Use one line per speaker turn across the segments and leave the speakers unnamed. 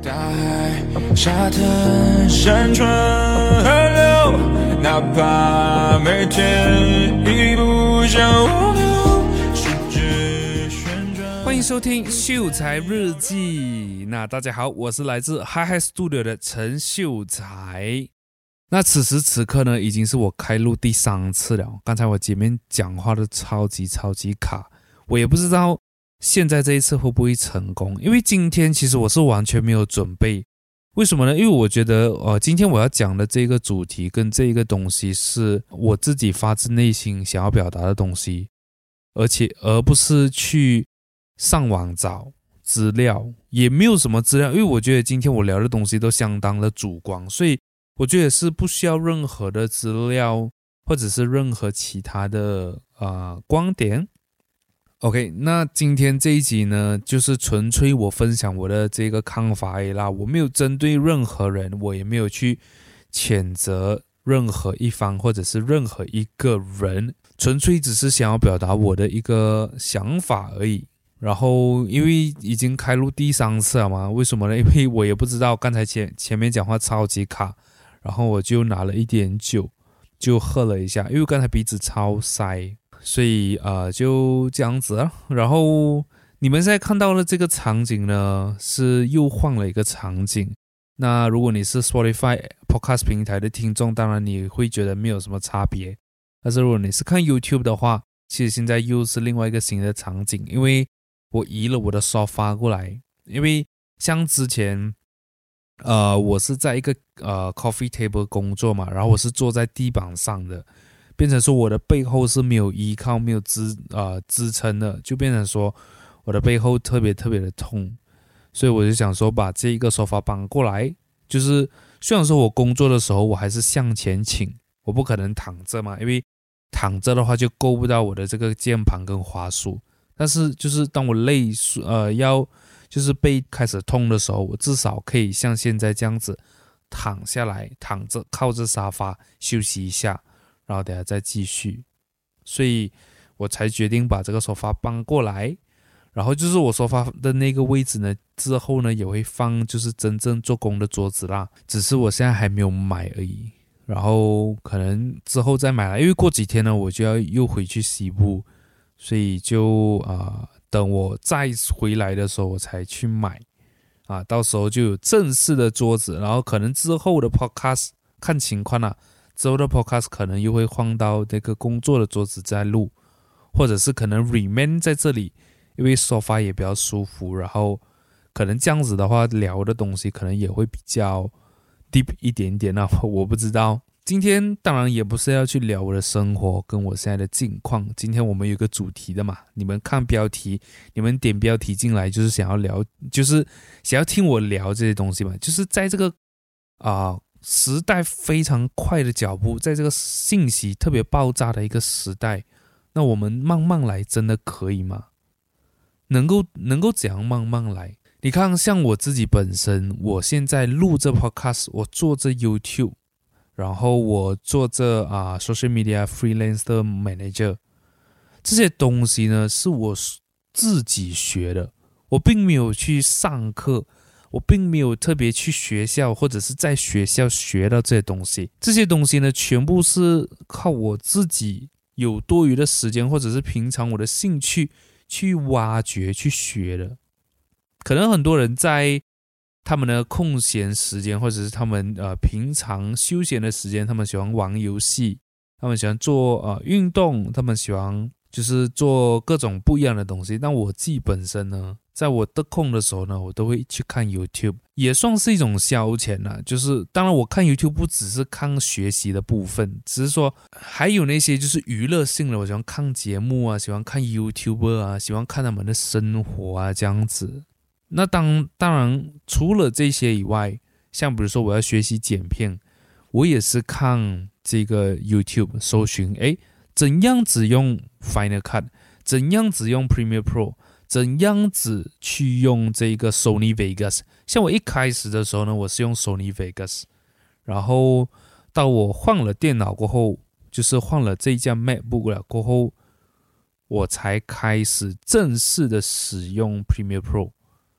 大海、沙滩、山川、河流，哪怕每天一步向无流，世界旋转。
欢迎收听秀才日记。那大家好，我是来自 Hi Studio 的陈秀才。那此时此刻呢，已经是我开录第3次了。刚才我前面讲话的超级卡，我也不知道现在这一次会不会成功，因为今天其实我是完全没有准备。为什么呢？因为我觉得今天我要讲的这个主题跟这个东西是我自己发自内心想要表达的东西，而不是去上网找资料，也没有什么资料，因为我觉得今天我聊的东西都相当的主观，所以我觉得是不需要任何的资料或者是任何其他的观点。OK， 那今天这一集呢，就是纯粹我分享我的这个看法而已啦，我没有针对任何人，我也没有去谴责任何一方或者是任何一个人，纯粹只是想要表达我的一个想法而已。然后因为已经开录第3次了嘛，为什么呢？因为我也不知道，刚才前面讲话超级卡，然后我就拿了一点酒就喝了一下，因为刚才鼻子超塞，所以就这样子啊。然后你们现在看到的这个场景呢，是又换了一个场景。那如果你是 Spotify Podcast 平台的听众，当然你会觉得没有什么差别。但是如果你是看 YouTube 的话，其实现在又是另外一个新的场景，因为我移了我的沙发过来。因为像之前我是在一个coffee table 工作嘛，然后我是坐在地板上的，变成说我的背后是没有依靠没有支撑的，就变成说我的背后特别的痛。所以我就想说把这一个沙发搬过来，就是虽然说我工作的时候我还是向前倾，我不可能躺着嘛，因为躺着的话就够不到我的这个键盘跟滑鼠。但是就是当我累要就是背开始痛的时候，我至少可以像现在这样子躺下来，躺着靠着沙发休息一下，然后等下再继续。所以我才决定把这个沙发搬过来。然后就是我沙发的那个位置呢，之后呢也会放就是真正做工的桌子啦，只是我现在还没有买而已。然后可能之后再买了，因为过几天呢我就要又回去西部，所以就等我再回来的时候我才去买到时候就有正式的桌子。然后可能之后的 podcast 看情况啦，之后的 podcast 可能又会换到那个工作的桌子再录，或者是可能 remain 在这里，因为沙发也比较舒服，然后可能这样子的话聊的东西可能也会比较 deep 一点点我不知道。今天当然也不是要去聊我的生活跟我现在的境况，今天我们有一个主题的嘛，你们看标题，你们点标题进来就是想要聊，就是想要听我聊这些东西嘛。就是在这个时代非常快的脚步，在这个信息特别爆炸的一个时代，那我们慢慢来真的可以吗？能够怎样慢慢来？你看像我自己本身，我现在录这 podcast， 我做这 YouTube，然后我做这social media freelancer manager， 这些东西呢是我自己学的，我并没有去上课，我并没有特别去学校或者是在学校学到这些东西。这些东西呢全部是靠我自己有多余的时间或者是平常我的兴趣去挖掘去学的。可能很多人在他们的空闲时间或者是他们平常休闲的时间，他们喜欢玩游戏，他们喜欢做运动，他们喜欢就是做各种不一样的东西。但我自己本身呢，在我得空的时候呢，我都会去看 YouTube， 也算是一种消遣啦。就是当然我看 YouTube 不只是看学习的部分，只是说还有那些就是娱乐性的，我喜欢看节目啊，喜欢看 YouTuber 喜欢看他们的生活这样子。那当然除了这些以外，像比如说我要学习剪片，我也是看这个 YouTube 搜寻怎样子用 Final Cut， 怎样子用 Premiere Pro， 怎样子去用这个 Sony Vegas。 像我一开始的时候呢，我是用 Sony Vegas， 然后到我换了电脑过后，就是换了这一架 MacBook 了过后，我才开始正式的使用 Premiere Pro。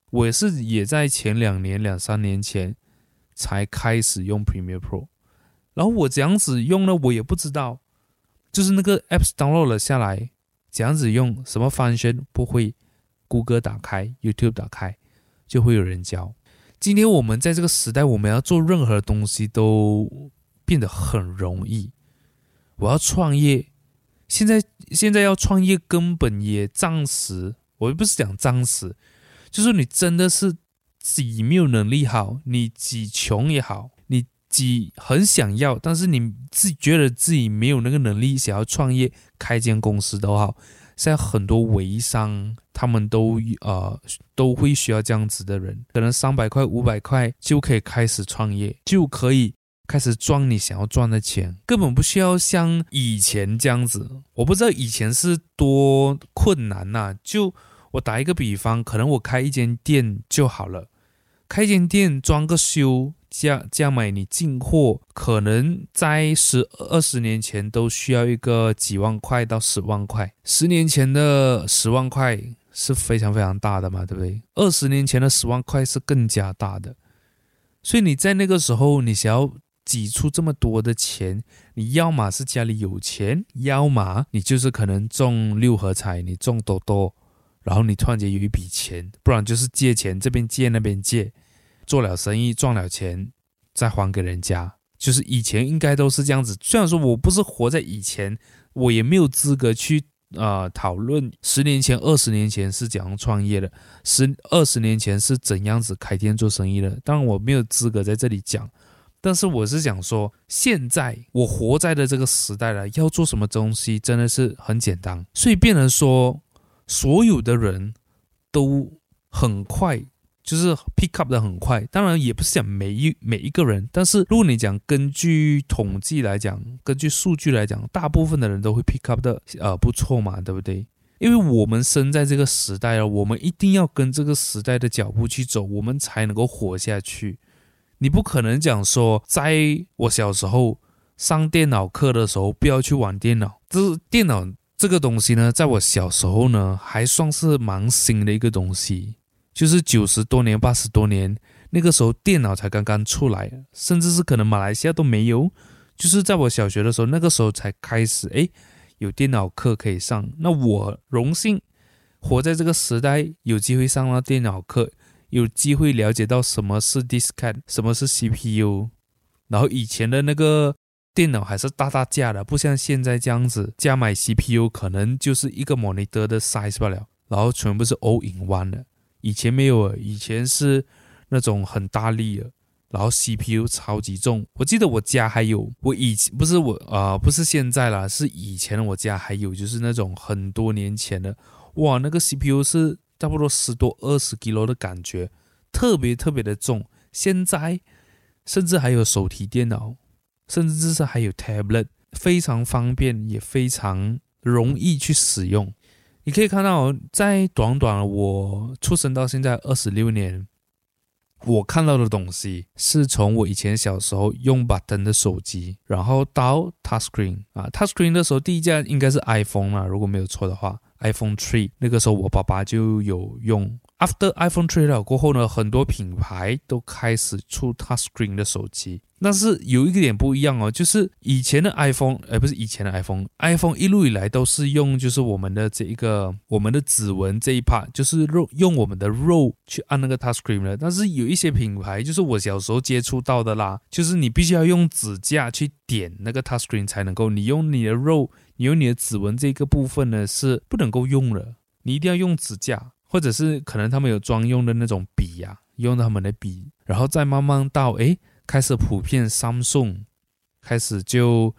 我也在前2年、3年前才开始用 Premiere Pro， 然后我怎样子用呢？我也不知道，就是那个 Apps download 了下来，怎样子用，什么 function 不会 ，Google 打开 ，YouTube 打开，就会有人教。今天我们在这个时代，我们要做任何东西都变得很容易。我要创业，现在要创业根本也暂时，我不是讲暂时，就是你真的是自己没有能力好，你几穷也好，你几很想要，但是你自己觉得自己没有那个能力，想要创业开间公司都好。现在很多微商他们都会需要这样子的人，可能300块500块就可以开始创业，就可以开始赚你想要赚的钱，根本不需要像以前这样子。我不知道以前是多困难啊，就我打一个比方，可能我开一间店就好了，开一间店装个修加买你进货，可能在10-20年前都需要一个几万块到10万块，10年前的10万块是非常非常大的嘛，对不对？20年前的10万块是更加大的，所以你在那个时候，你想要挤出这么多的钱，你要么是家里有钱，要么你就是可能中6合彩，你中多多，然后你突然间有一笔钱，不然就是借钱，这边借那边借。做了生意赚了钱再还给人家，就是以前应该都是这样子。虽然说我不是活在以前，我也没有资格去讨论10年前20年前是怎样创业的，20年前是怎样子开店做生意的，当然我没有资格在这里讲。但是我是想说，现在我活在的这个时代了，要做什么东西真的是很简单，所以变成说所有的人都很快就是 pick up 的很快，当然也不是讲每一个人，但是如果你讲根据统计来讲，根据数据来讲，大部分的人都会 pick up 的不错嘛，对不对？因为我们生在这个时代了，我们一定要跟这个时代的脚步去走，我们才能够活下去。你不可能讲说，在我小时候上电脑课的时候不要去玩电脑，电脑这个东西呢，在我小时候呢还算是蛮新的一个东西。就是90多年、80多年，那个时候电脑才刚刚出来，甚至是可能马来西亚都没有。就是在我小学的时候，那个时候才开始，有电脑课可以上。那我荣幸活在这个时代，有机会上到电脑课，有机会了解到什么是 diskette， 什么是 CPU。然后以前的那个电脑还是大架的，不像现在这样子，加买 CPU 可能就是一个 monitor 的 size 罢了，然后全部是 all in one 的。以前没有，以前是那种很大力的，然后 CPU 超级重。我记得我家还有，不是现在啦，是以前我家还有，就是那种很多年前的，哇，那个 CPU 是差不多10多20 kg 的感觉，特别特别的重。现在甚至还有手提电脑，甚至是还有 tablet， 非常方便，也非常容易去使用。你可以看到，在短短我出生到现在26年，我看到的东西是从我以前小时候用 button 的手机，然后到 touchscreen touchscreen 的时候，第一架应该是 iPhone 啦，如果没有错的话 ，iPhone 3那个时候我爸爸就有用。After iPhone 3了过后呢，很多品牌都开始出 touchscreen 的手机。但是有一个点不一样哦，就是以前的 iPhone， 不是以前的 iPhone 一路以来都是用就是我们的指纹这一 part， 就是用我们的肉去按那个 touchscreen 的。但是有一些品牌，就是我小时候接触到的啦，就是你必须要用指甲去点那个 touchscreen 才能够，你用你的肉，你用你的指纹这个部分呢是不能够用的，你一定要用指甲。或者是可能他们有专用的那种笔用他们的笔，然后再慢慢到开始普遍 Samsung 开始就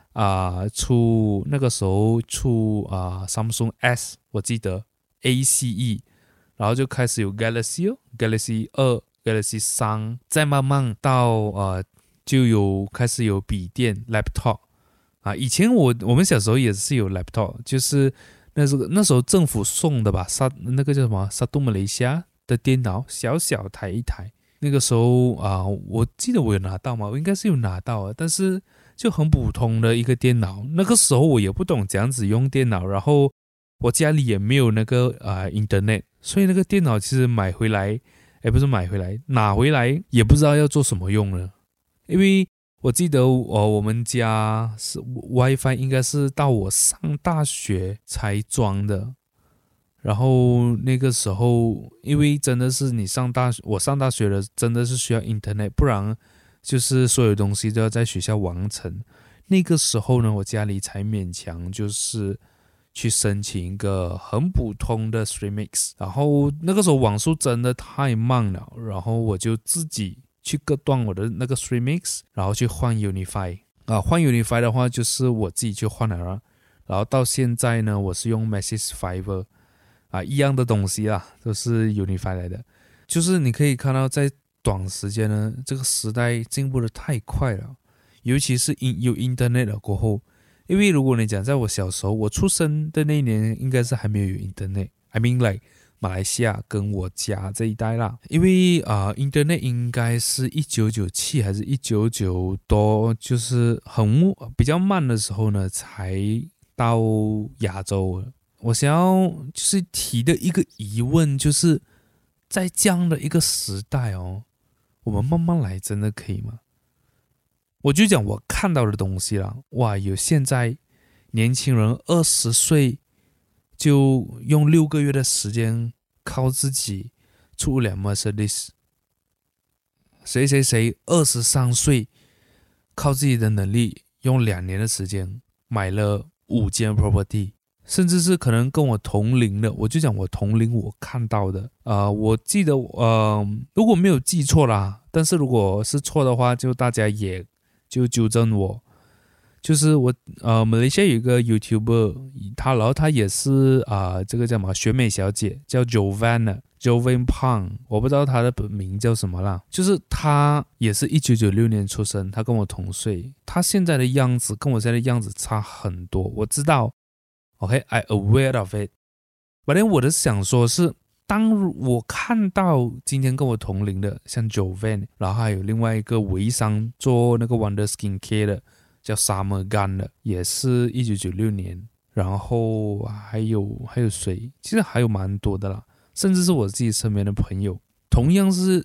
那个时候出Samsung S， 我记得 ACE， 然后就开始有 Galaxy 2 Galaxy 3，再慢慢到就开始有笔电 laptop 以前我们小时候也是有 laptop， 就是那时候政府送的吧，那个叫什么沙杜马来西亚的电脑，小小台一台。那个时候我记得我有拿到吗？我应该是有拿到，但是就很普通的一个电脑。那个时候我也不懂怎样子用电脑，然后我家里也没有那个internet， 所以那个电脑其实买回来，不是买回来，拿回来也不知道要做什么用了。因为我记得我们家是 WiFi 应该是到我上大学才装的。然后那个时候，因为真的是我上大学了，真的是需要 Internet， 不然就是所有东西都要在学校完成。那个时候呢，我家里才勉强就是去申请一个很普通的 Streamix， 然后那个时候网速真的太慢了，然后我就自己去割断我的那个 Streamix， 然后去换 Unify。换 Unify 的话就是我自己去换了啦，然后到现在呢，我是用 Maxis Fiber。一样的东西啦，都是 Unify 来的。就是你可以看到，在短时间呢，这个时代进步的太快了，尤其是有 Internet 了过后。因为如果你讲在我小时候，我出生的那一年，应该是还没有 Internet。I mean like 马来西亚跟我家这一代啦。因为Internet 应该是1997还是1990多，就是比较慢的时候呢，才到亚洲了。我想要就是提的一个疑问，就是在这样的一个时代我们慢慢来真的可以吗？我就讲我看到的东西啦，哇，有现在年轻人20岁就用6个月的时间靠自己出辆 Mercedes， 谁23岁靠自己的能力用2年的时间买了5间 property。甚至是可能跟我同龄的，我就讲我同龄我看到的，我记得如果没有记错啦，但是如果是错的话，就大家也就纠正我。就是马来西亚有一个 YouTuber， 然后他也是这个叫什么选美小姐，叫 Jovan Pang， 我不知道他的本名叫什么啦。就是他也是1996年出生，他跟我同岁，他现在的样子跟我现在的样子差很多，我知道。OK，I aware of it。本来我的想说是，当我看到今天跟我同龄的，像 Jovan， 然后还有另外一个微商做那个 Wonder Skin Care 的，叫 Summer Gun 的，也是1996年。然后还有谁？其实还有蛮多的啦，甚至是我自己身边的朋友，同样是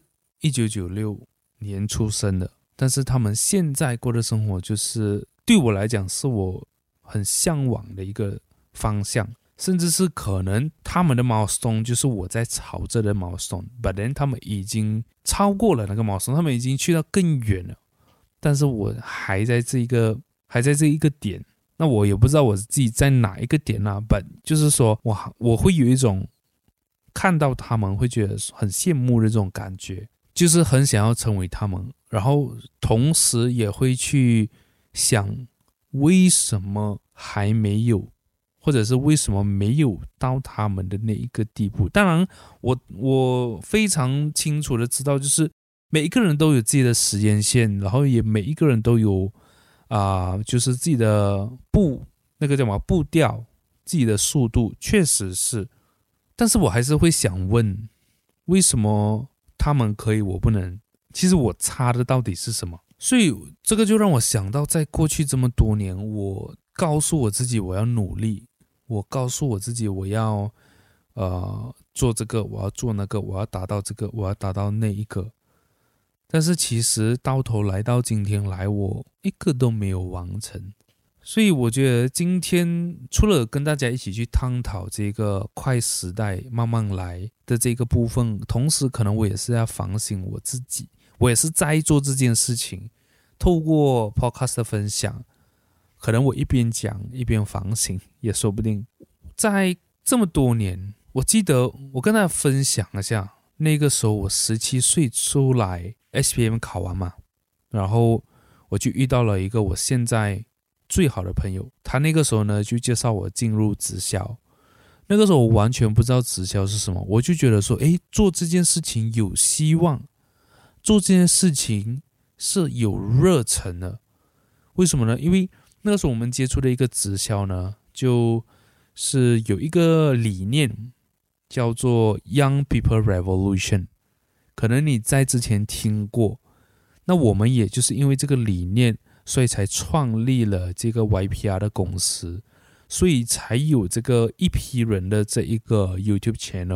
1996年出生的，但是他们现在过的生活，就是对我来讲是我很向往的一个方向，甚至是可能他们的milestone就是我在朝着的milestone， but then 他们已经超过了那个milestone，他们已经去到更远了，但是我还在这一个点，那我也不知道我自己在哪一个点啊 but 就是说我会有一种看到他们会觉得很羡慕的这种感觉，就是很想要成为他们，然后同时也会去想为什么还没有，或者是为什么没有到他们的那一个地步。当然我非常清楚的知道，就是每一个人都有自己的时间线，然后也每一个人都有就是自己的步调，自己的速度，确实是。但是我还是会想问，为什么他们可以我不能？其实我差的到底是什么？所以这个就让我想到，在过去这么多年，我告诉我自己我要努力，我告诉我自己我要做这个，我要做那个，我要达到这个，我要达到那一个。但是其实到头来到今天来，我一个都没有完成。所以我觉得今天除了跟大家一起去探讨这个快时代慢慢来的这个部分，同时可能我也是要反省我自己，我也是在做这件事情，透过 podcast 的分享，可能我一边讲一边反省也说不定。在这么多年，我记得我跟大家分享一下，那个时候我17岁出来 SPM 考完嘛，然后我就遇到了一个我现在最好的朋友，他那个时候呢就介绍我进入直销。那个时候我完全不知道直销是什么，我就觉得说做这件事情有希望，做这件事情是有热忱的。为什么呢？因为那个时候我们接触的一个直销呢，就是有一个理念叫做 Young People Revolution， 可能你在之前听过。那我们也就是因为这个理念，所以才创立了这个 YPR 的公司，所以才有这个一批人的这一个 YouTube channel。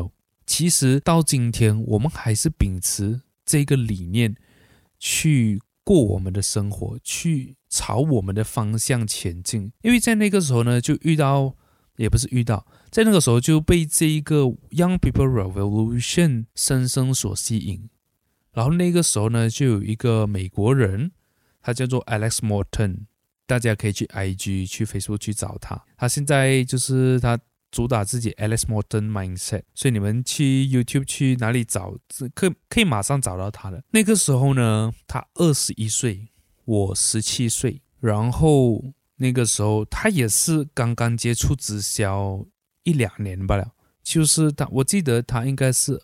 其实到今天我们还是秉持这个理念去过我们的生活，去朝我们的方向前进。因为在那个时候呢，就也不是遇到，在那个时候就被这一个 Young People Revolution 深深所吸引。然后那个时候呢，就有一个美国人，他叫做 Alex Morton， 大家可以去 IG 去 Facebook 去找他。他现在就是他主打自己 Alex Morton Mindset， 所以你们去 YouTube 去哪里找，可以马上找到他的。那个时候呢，他21岁，我17岁，然后那个时候他也是刚刚接触直销1-2年罢了。就是我记得他应该是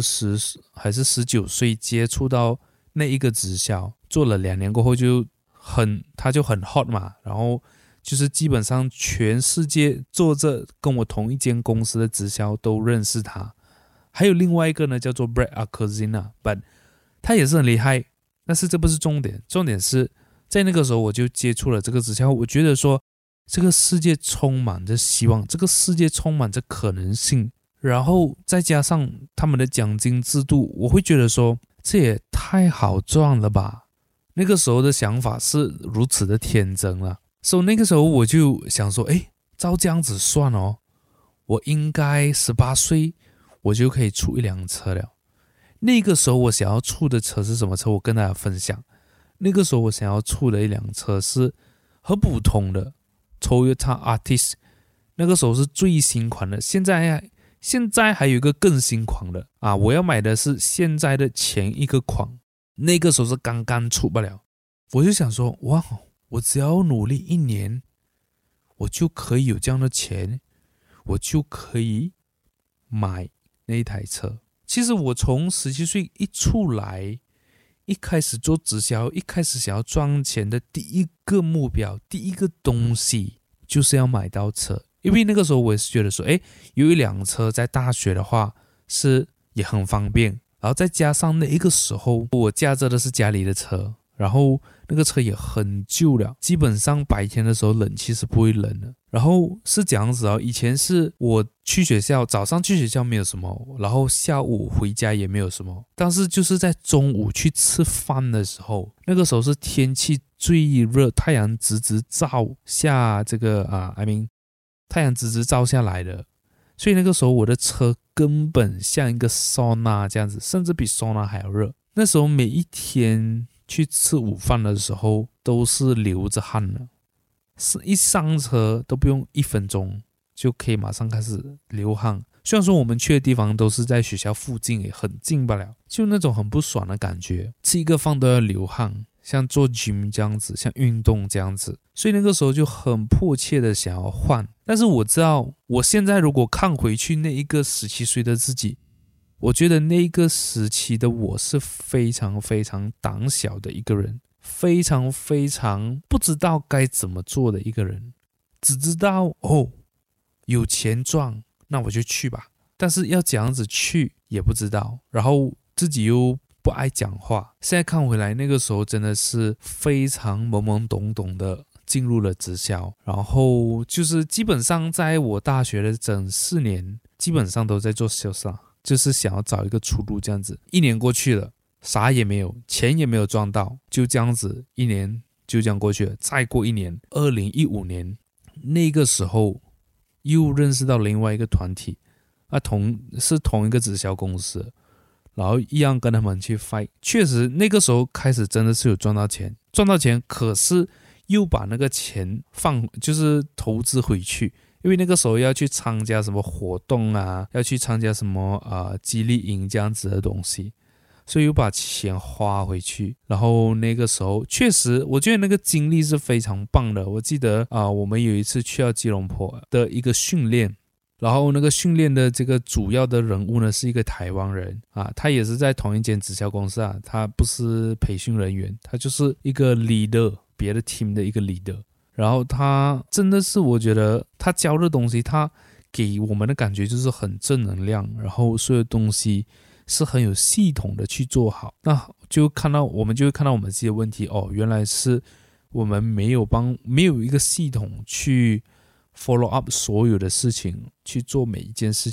20还是19岁接触到那一个直销，做了2年过后他就很 hot 嘛，然后就是基本上全世界做着跟我同一间公司的直销都认识他。还有另外一个呢，叫做 Brad Acozina， but 他也是很厉害，但是这不是重点，重点是在那个时候我就接触了这个直销，我觉得说这个世界充满着希望，这个世界充满着可能性，然后再加上他们的奖金制度，我会觉得说这也太好赚了吧。那个时候的想法是如此的天真了。所以那个时候我就想说，照这样子算哦，我应该18岁我就可以出一辆车了。那个时候我想要出的车是什么车？我跟大家分享。那个时候我想要出的一辆车是很普通的Toyota Altis， 那个时候是最新款的，现在还有一个更新款的啊！我要买的是现在的前一个款，那个时候是刚刚出不了。我就想说，哇，我只要努力1年，我就可以有这样的钱，我就可以买那一台车。其实我从17岁一出来，一开始做直销，一开始想要赚钱的第一个目标，第一个东西就是要买到车。因为那个时候我也是觉得说，有一辆车在大学的话是也很方便，然后再加上那一个时候我驾着的是家里的车，然后那个车也很旧了，基本上白天的时候冷气是不会冷的。然后是这样子哦，以前是我去学校，早上去学校没有什么，然后下午回家也没有什么，但是就是在中午去吃饭的时候，那个时候是天气最热，太阳直直照下这个太阳直直照下来的，所以那个时候我的车根本像一个桑拿这样子，甚至比桑拿还要热。那时候每一天去吃午饭的时候都是流着汗的，是一上车都不用1分钟就可以马上开始流汗。虽然说我们去的地方都是在学校附近，也很近罢了，就那种很不爽的感觉，吃一个饭都要流汗，像做 gym 这样子，像运动这样子。所以那个时候就很迫切的想要换。但是我知道我现在如果看回去那一个17岁的自己，我觉得那个时期的我是非常非常胆小的一个人，非常非常不知道该怎么做的一个人，只知道有钱赚那我就去吧，但是要怎样子去也不知道，然后自己又不爱讲话。现在看回来，那个时候真的是非常懵懵懂懂的进入了直销，然后就是基本上在我大学的整4年基本上都在做销售，就是想要找一个出路这样子。1年过去了，啥也没有，钱也没有赚到，就这样子1年就这样过去了。再过1年2015年，那个时候又认识到另外一个团体是同一个直销公司，然后一样跟他们去 fight。 确实那个时候开始真的是有赚到钱，可是又把那个钱就是投资回去，因为那个时候要去参加什么活动啊，要去参加什么激励营这样子的东西，所以又把钱花回去。然后那个时候确实我觉得那个经历是非常棒的。我记得我们有一次去到吉隆坡的一个训练，然后那个训练的这个主要的人物呢是一个台湾人他也是在同一间直销公司他不是培训人员，他就是一个 leader， 别的 team 的一个 leader。然后他真的是我觉得他教的东西，他给我们的感觉就是很正能量，然后所有东西是很有系统的去做好。那我们就会看到我们自己的问题原来是我们没有一个系统去 follow up 所有的事情，去做每一件事情。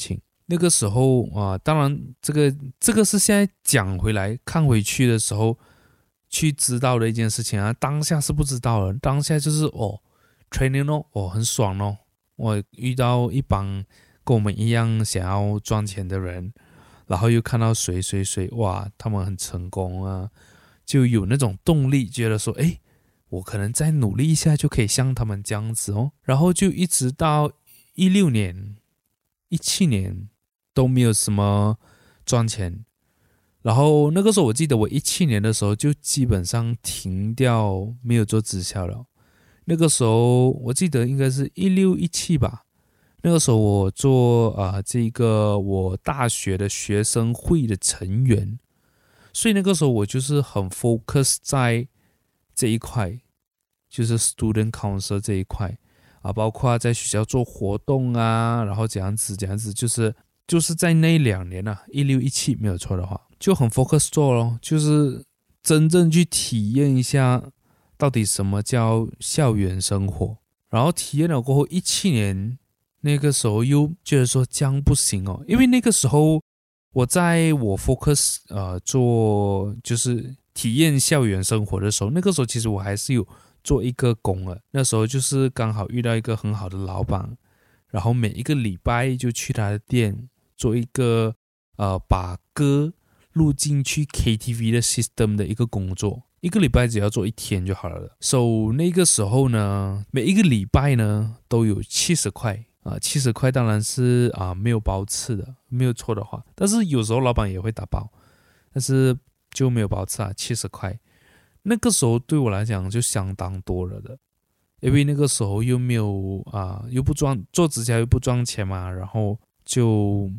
那个时候当然这个是现在讲回来看回去的时候去知道的一件事情啊，当下是不知道的，当下就是training 很爽哦，我遇到一帮跟我们一样想要赚钱的人，然后又看到谁哇，他们很成功啊，就有那种动力，觉得说我可能再努力一下就可以像他们这样子哦，然后就一直到16年、17年都没有什么赚钱，然后那个时候我记得我17年的时候就基本上停掉没有做直销了，那个时候我记得应该是16、17吧，那个时候我做这个我大学的学生会的成员，所以那个时候我就是很 focus 在这一块，就是 student council 这一块包括在学校做活动啊，然后这样子就是在那2年16、17没有错的话，就很 focus 做咯，就是真正去体验一下到底什么叫校园生活，然后体验了过后17年那个时候又觉得说这样不行哦，因为那个时候我 focus 做就是体验校园生活的时候，那个时候其实我还是有做一个工了，那时候就是刚好遇到一个很好的老板，然后每一个礼拜就去他的店做一个把歌录进去 KTV 的 system 的一个工作，一个礼拜只要做1天就好了。So 那个时候呢，每一个礼拜呢都有70块70块当然是没有包吃的，没有错的话，但是有时候老板也会打包，但是就没有包吃70块。那个时候对我来讲就相当多了的，因为那个时候又没有又不赚，做指甲又不赚钱嘛，然后就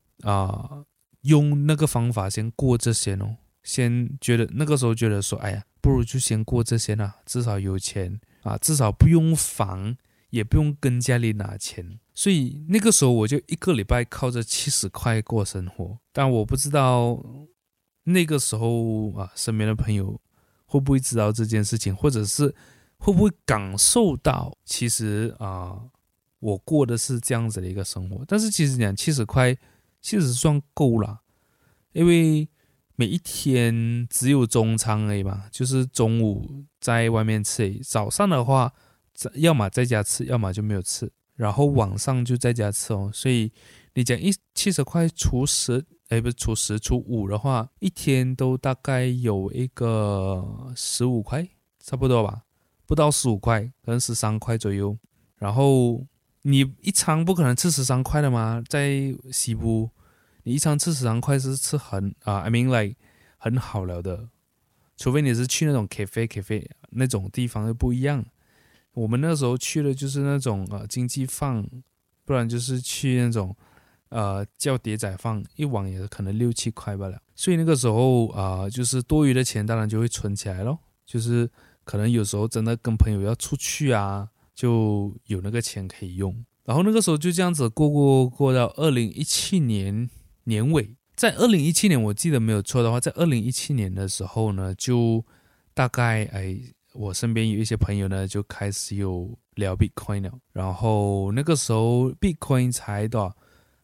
用那个方法先过这些哦，先觉得那个时候觉得说，哎呀，不如就先过这些至少有钱至少不用烦，也不用跟家里拿钱，所以那个时候我就一个礼拜靠着70块过生活。但我不知道那个时候身边的朋友会不会知道这件事情，或者是会不会感受到其实我过的是这样子的一个生活。但是其实讲70块其实算够了，因为每一天只有中餐而已嘛，就是中午在外面吃而已，早上的话要么在家吃，要么就没有吃，然后晚上就在家吃哦。所以你讲70块除10，不是除10除5的话，一天都大概有一个15块，差不多吧，不到15块，可能13块左右。然后你一餐不可能吃13块的嘛，在西部你一餐吃13块是吃I mean like 很好了的，除非你是去那种 cafe 那种地方就不一样。我们那时候去的就是那种经济饭，不然就是去那种叫碟仔饭，一碗也可能6、7块罢了。所以那个时候就是多余的钱当然就会存起来咯，就是可能有时候真的跟朋友要出去就有那个钱可以用。然后那个时候就这样子过到2017年年尾。在2017年我记得没有错的话，在2017年的时候呢，就大概我身边有一些朋友呢就开始有聊 Bitcoin 了，然后那个时候 Bitcoin 才多少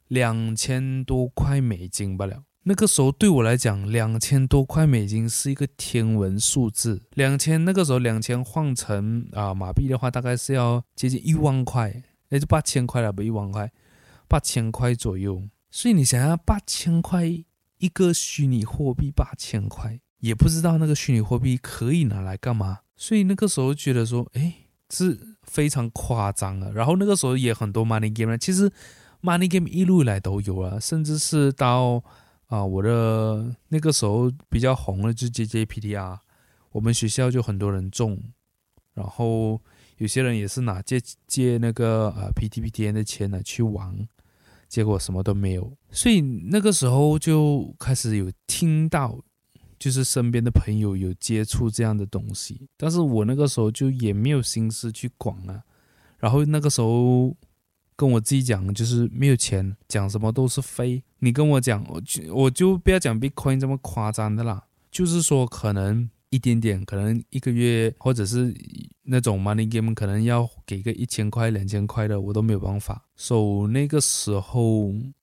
2000多块美金罢了。那个时候对我来讲2000多块美金是一个天文数字，2000那个时候2000换成马币的话大概是要接近1万块，就8000块了，不1万块，8000块左右。所以你想要8000块一个虚拟货币，8000块也不知道那个虚拟货币可以拿来干嘛，所以那个时候觉得说是非常夸张了。然后那个时候也很多 money game， 其实 money game 一路以来都有啊，甚至是到我的那个时候比较红的就是 JJPTR， 我们学校就很多人中，然后有些人也是拿借那个PTPTN 的钱来去玩，结果什么都没有。所以那个时候就开始有听到就是身边的朋友有接触这样的东西，但是我那个时候就也没有心思去管然后那个时候跟我自己讲就是没有钱，讲什么都是飞。你跟我讲我就不要讲 Bitcoin 这么夸张的啦，就是说可能一点点，可能一个月或者是那种 money game 可能要给个1000块2000块的我都没有办法。So 那个时候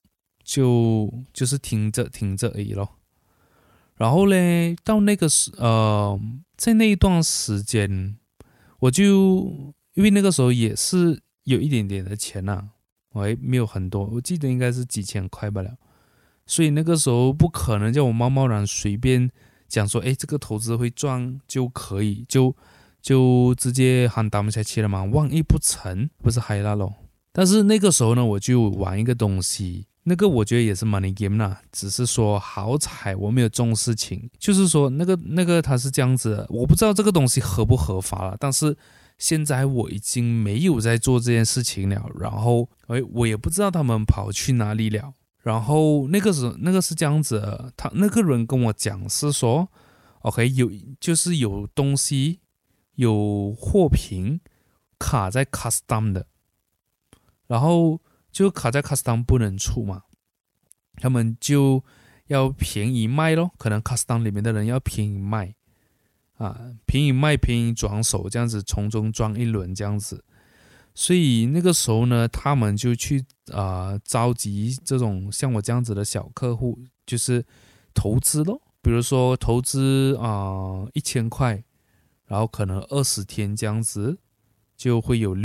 就是听着而已咯。然后呢，到在那一段时间，我就因为那个时候也是有一点点的钱啊，没有很多，我记得应该是几千块罢了。所以那个时候不可能叫我贸贸然随便讲说，这个投资会赚就可以，就直接喊打不下去了嘛。万一不成，不是嗨啦咯。但是那个时候呢，我就玩一个东西。那个我觉得也是 money game 啦，只是说好彩我没有重事情，就是说那个它是这样子的，我不知道这个东西合不合法了，但是现在我已经没有在做这件事情了，然后我也不知道他们跑去哪里了，然后那个是这样子的，他那个人跟我讲是说 OK 就是有东西有货品卡在 custom 的，然后就卡在 custom 不能出嘛，他们就要便宜卖咯，可能 custom 里面的人要便宜卖便宜卖便宜转手，这样子从中赚一轮这样子。所以那个时候呢，他们就去召集这种像我这样子的小客户，就是投资咯，比如说投资1000块，然后可能20天这样子就会有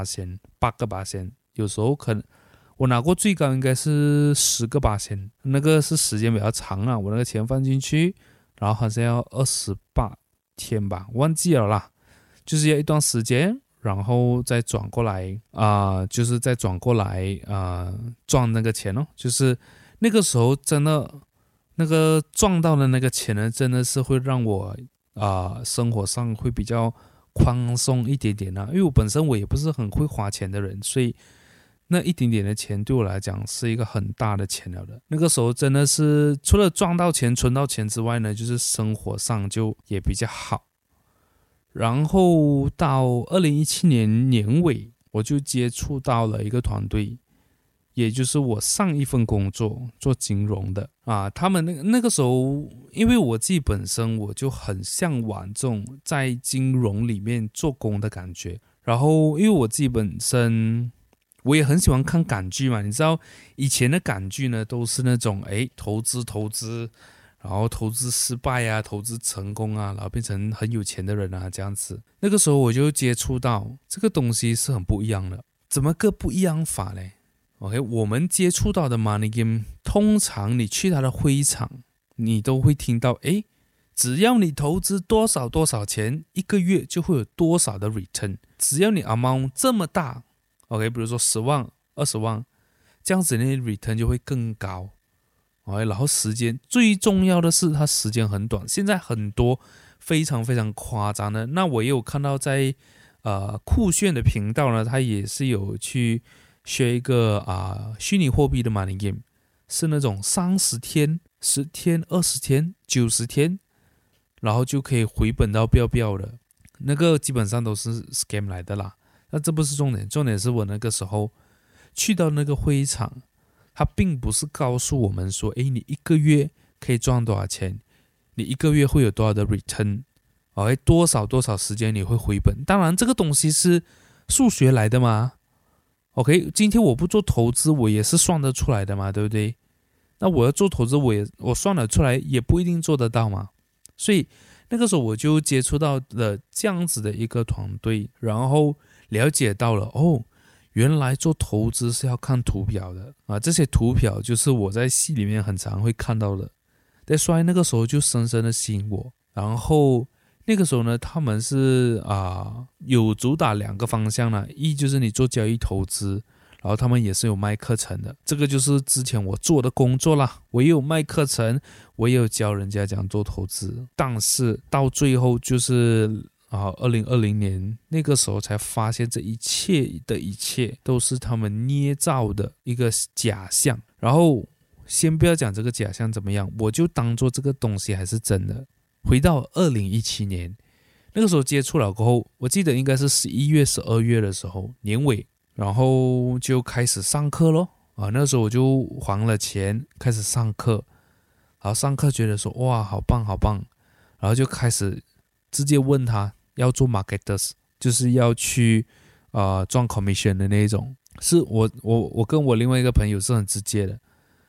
6%、8%，有时候可能我拿过最高应该是10%，那个是时间比较长啊，我那个钱放进去，然后好像要28天吧，忘记了啦，就是要一段时间，然后再转过来就是再转过来赚那个钱咯，就是那个时候真的那个赚到的那个钱呢，真的是会让我生活上会比较宽松一点点因为我本身我也不是很会花钱的人，所以那一点点的钱对我来讲是一个很大的钱了的。那个时候真的是除了赚到钱存到钱之外呢，就是生活上就也比较好。然后到2017年年尾，我就接触到了一个团队，也就是我上一份工作做金融的他们那个时候，因为我自己本身我就很向往这种在金融里面做工的感觉，然后因为我自己本身我也很喜欢看港剧嘛，你知道以前的港剧呢都是那种投资，然后投资失败投资成功然后变成很有钱的人这样子。那个时候我就接触到这个东西是很不一样的。怎么个不一样法呢？ OK， 我们接触到的 money game， 通常你去他的会场，你都会听到只要你投资多少多少钱，一个月就会有多少的 return， 只要你 amount 这么大，OK， 比如说10万、20万，这样子的 return 就会更高。然后时间最重要的是它时间很短，现在很多非常非常夸张的。那我也有看到在酷炫的频道呢，他也是有去学一个虚拟货币的 money game， 是那种30天、10天、20天、90天，然后就可以回本到标的。那个基本上都是 scam 来的啦。那这不是重点，重点是我那个时候去到那个会场，他并不是告诉我们说你一个月可以赚多少钱，你一个月会有多少的 return，多少多少时间你会回本。当然这个东西是数学来的嘛， OK， 今天我不做投资我也是算得出来的嘛，对不对？那我要做投资我算得出来也不一定做得到嘛。所以那个时候我就接触到了这样子的一个团队，然后了解到了原来做投资是要看图表的这些图表就是我在戏里面很常会看到的，所以那个时候就深深的吸引我。然后那个时候呢，他们是有主打2个方向啦，一就是你做交易投资，然后他们也是有卖课程的，这个就是之前我做的工作啦，我也有卖课程，我也有教人家讲做投资。但是到最后就是2020年那个时候才发现这一切的一切都是他们捏造的一个假象。然后先不要讲这个假象怎么样，我就当做这个东西还是真的。回到2017年那个时候接触了过后，我记得应该是11月12月的时候年尾，然后就开始上课咯那时候我就还了钱开始上课，然后上课觉得说哇好棒好棒，然后就开始直接问他要做 marketers， 就是要去赚 commission 的那一种。是我跟我另外一个朋友是很直接的，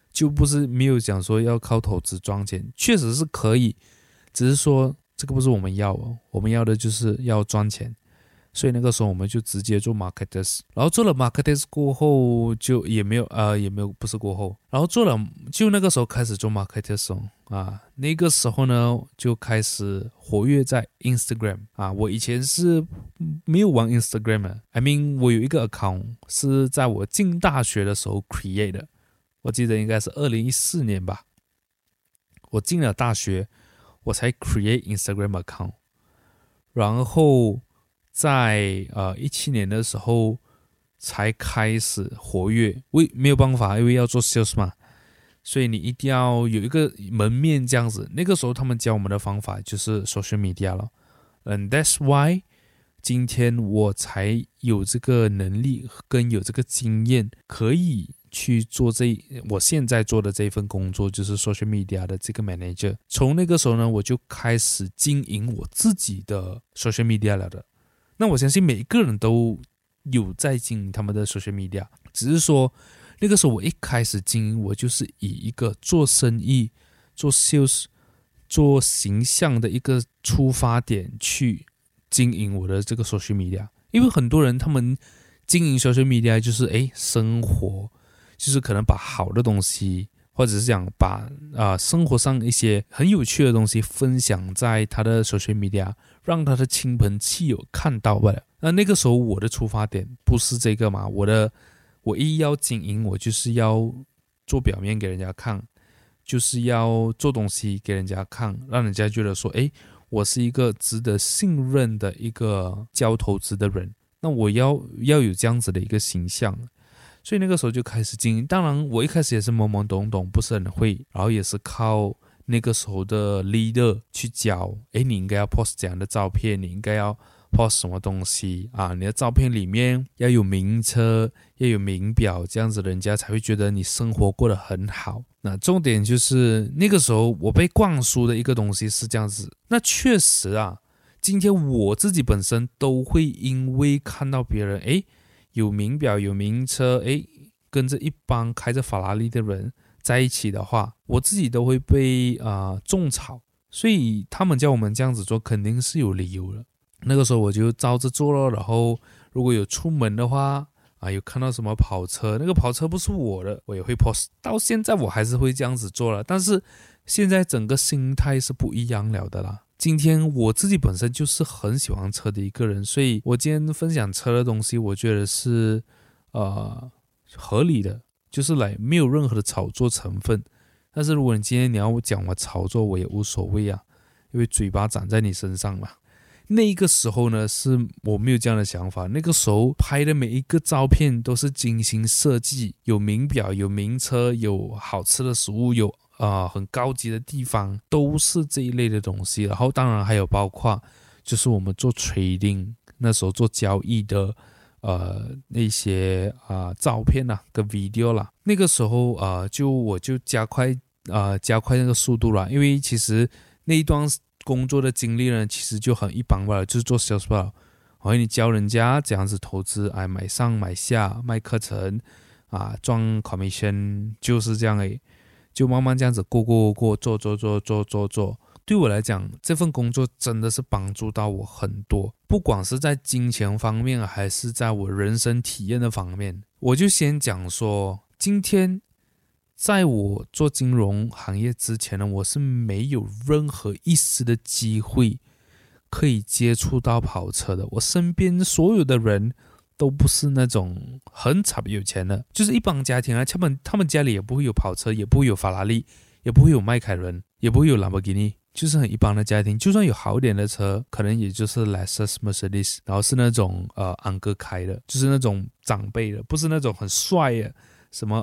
就不是没有讲说要靠投资赚钱，确实是可以，只是说这个不是我们要哦，我们要的就是要赚钱。所以那个时候我们就直接做 marketers， 然后做了 marketers 过后就也没有不是过后，然后做了就那个时候开始做 marketers 那个时候呢就开始活跃在 Instagram 我以前是没有玩 Instagram 的 I mean 我有一个 account 是在我进大学的时候 create 的，我记得应该是2014年吧，我进了大学我才 create Instagram account， 然后在17年的时候才开始活跃，没有办法，因为要做 sales 嘛，所以你一定要有一个门面这样子。那个时候他们教我们的方法就是 social media 了，and that's why 今天我才有这个能力跟有这个经验，可以去做我现在做的这份工作，就是 social media 的这个 manager。从那个时候呢，我就开始经营我自己的 social media 了的。那我相信每一个人都有在经营他们的 social media， 只是说那个时候我一开始经营，我就是以一个做生意、做 sales、做形象的一个出发点去经营我的这个 social media。因为很多人他们经营 social media 就是生活，就是可能把好的东西，或者是讲把生活上一些很有趣的东西分享在他的 social media， 让他的亲朋戚友看到罢了。那个时候我的出发点不是这个嘛，我一要经营，我就是要做表面给人家看，就是要做东西给人家看，让人家觉得说我是一个值得信任的一个交投资的人，那我要有这样子的一个形象。所以那个时候就开始经营，当然我一开始也是懵懵懂懂，不是很会，然后也是靠那个时候的 leader 去教，你应该要 post 这样的照片，你应该要 post 什么东西你的照片里面要有名车，要有名表，这样子人家才会觉得你生活过得很好。那重点就是那个时候我被灌输的一个东西是这样子，那确实今天我自己本身都会因为看到别人有名表有名车，跟着一帮开着法拉利的人在一起的话，我自己都会被种草，所以他们叫我们这样子做肯定是有理由的。那个时候我就照着做了，然后如果有出门的话有看到什么跑车，那个跑车不是我的，我也会 post。 到现在我还是会这样子做了，但是现在整个心态是不一样了的啦。今天我自己本身就是很喜欢车的一个人，所以我今天分享车的东西我觉得是合理的，就是没有任何的炒作成分。但是如果你今天你要讲我炒作，我也无所谓因为嘴巴长在你身上嘛。那个时候呢是我没有这样的想法，那个时候拍的每一个照片都是精心设计，有名表有名车，有好吃的食物，有很高级的地方，都是这一类的东西。然后当然还有包括就是我们做 trading 那时候做交易的那些照片跟 video 啦，那个时候我就加快那个速度啦，因为其实那一段工作的经历呢其实就很一般吧，就是做 sales 吧，然后你教人家怎样子投资买上买下卖课程赚 commission， 就是这样就慢慢这样子过做。对我来讲这份工作真的是帮助到我很多，不管是在金钱方面还是在我人生体验的方面。我就先讲说，今天在我做金融行业之前呢，我是没有任何一丝的机会可以接触到跑车的。我身边所有的人都不是那种很差有钱的，就是一帮家庭他们家里也不会有跑车，也不会有法拉利，也不会有迈凯伦，也不会有兰博基尼，就是很一般的家庭。就算有好一点的车，可能也就是 Lexus Mercedes， 然后是那种安哥开的，就是那种长辈的，不是那种很帅的什么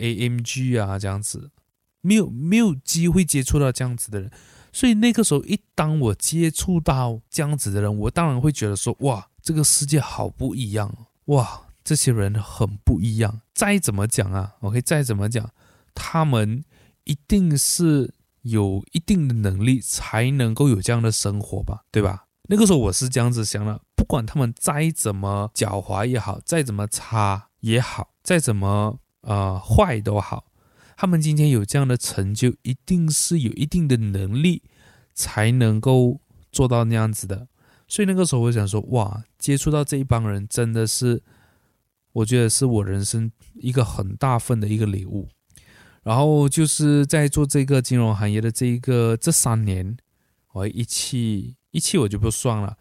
AMG 这样子，没有机会接触到这样子的人。所以那个时候当我接触到这样子的人，我当然会觉得说，哇，这个世界好不一样，哇，这些人很不一样。再怎么讲再怎么讲，他们一定是有一定的能力才能够有这样的生活吧，对吧？那个时候我是这样子想的，不管他们再怎么狡猾也好，再怎么差也好，再怎么坏都好他们今天有这样的成就，一定是有一定的能力才能够做到那样子的。所以那个时候我想说，哇，接触到这一帮人真的是，我觉得是我人生一个很大份的一个礼物。然后就是在做这个金融行业的这3年，我一期我就不算了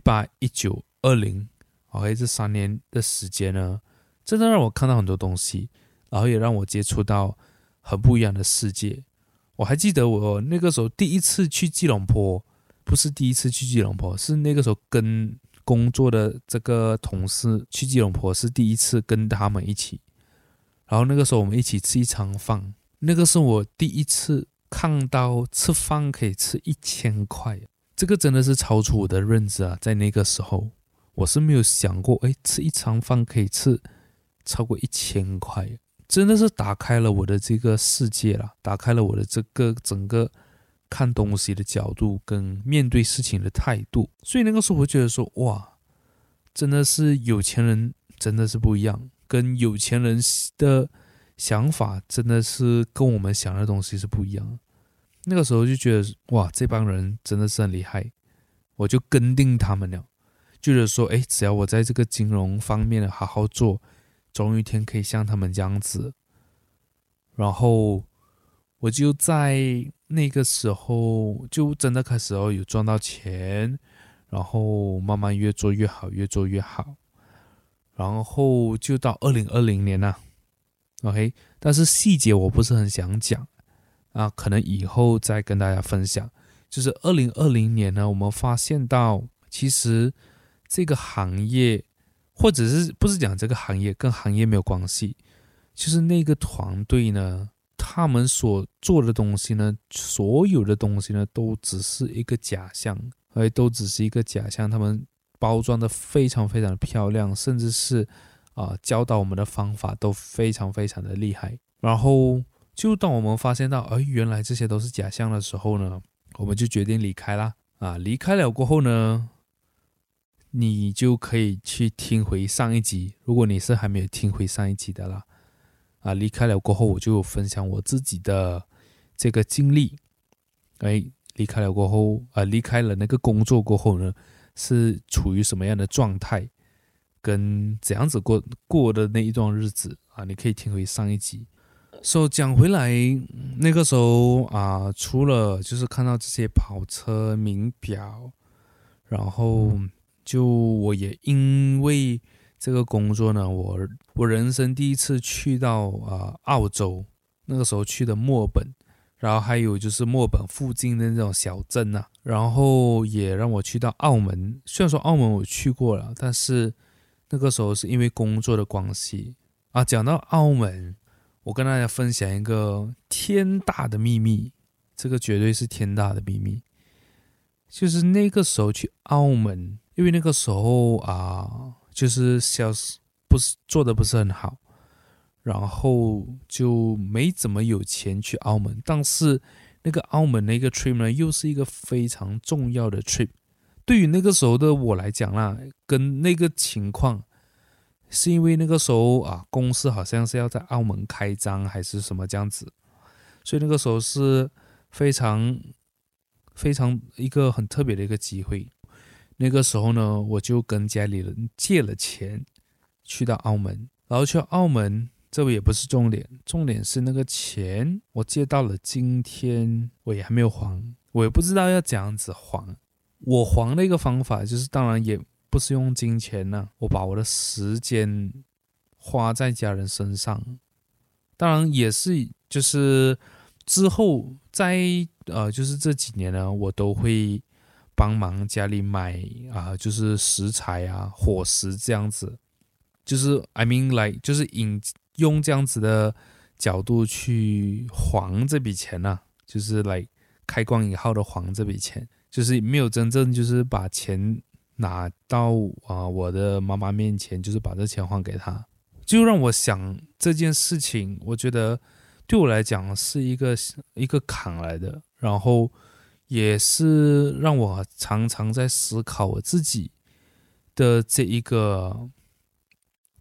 ，18、19、20，这3年的时间呢，真的让我看到很多东西，然后也让我接触到很不一样的世界。我还记得我那个时候第一次去吉隆坡，不是第一次去吉隆坡，是那个时候跟工作的这个同事去吉隆坡，是第一次跟他们一起。然后那个时候我们一起吃一餐饭，那个是我第一次看到吃饭可以吃1000块，这个真的是超出我的认知啊！在那个时候，我是没有想过，吃一餐饭可以吃超过1000块，真的是打开了我的这个世界啦，打开了我的这个整个看东西的角度跟面对事情的态度。所以那个时候我觉得说，哇，真的是有钱人真的是不一样，跟有钱人的想法真的是跟我们想的东西是不一样的。那个时候就觉得，哇，这帮人真的是很厉害，我就跟定他们了，觉得说，只要我在这个金融方面好好做，总有一天可以像他们这样子。然后我就在那个时候就真的开始有赚到钱，然后慢慢越做越好，越做越好。然后就到2020年了，OK， 但是细节我不是很想讲啊，可能以后再跟大家分享。就是2020年呢，我们发现到其实这个行业，或者是不是讲这个行业，跟行业没有关系，就是那个团队呢，他们所做的东西呢，所有的东西呢，都只是一个假象，都只是一个假象。他们包装的非常非常的漂亮，甚至是教导我们的方法都非常非常的厉害。然后就当我们发现到原来这些都是假象的时候呢，我们就决定离开啦。离开了过后呢，你就可以去听回上一集，如果你是还没有听回上一集的啦。离开了过后，我就分享我自己的这个经历。离开了过后，离开了那个工作过后呢，是处于什么样的状态，跟怎样子过的那一段日子你可以听回上一集。讲回来，那个时候除了就是看到这些跑车、名表，然后就我也因为这个工作呢，我人生第一次去到澳洲，那个时候去的墨尔本，然后还有就是墨尔本附近的那种小镇然后也让我去到澳门。虽然说澳门我去过了，但是那个时候是因为工作的关系讲到澳门，我跟大家分享一个天大的秘密，这个绝对是天大的秘密，就是那个时候去澳门，因为那个时候就是 sales 做的不是很好，然后就没怎么有钱去澳门。但是那个澳门那个 trip 呢，又是一个非常重要的 trip。对于那个时候的我来讲啦，跟那个情况，是因为那个时候公司好像是要在澳门开张还是什么这样子，所以那个时候是非常非常一个很特别的一个机会。那个时候呢，我就跟家里人借了钱去到澳门，然后去澳门这也不是重点，重点是那个钱我借到了今天我也还没有还，我也不知道要怎样子还。我还的一个方法就是当然也不是用金钱我把我的时间花在家人身上，当然也是就是之后在就是这几年呢，我都会帮忙家里买就是食材伙食这样子，就是 I mean like 就是用这样子的角度去还这笔钱就是来开光以后的还这笔钱，就是没有真正就是把钱拿到我的妈妈面前，就是把这钱还给她。就让我想这件事情，我觉得对我来讲是一个坎来的，然后也是让我常常在思考我自己的这一个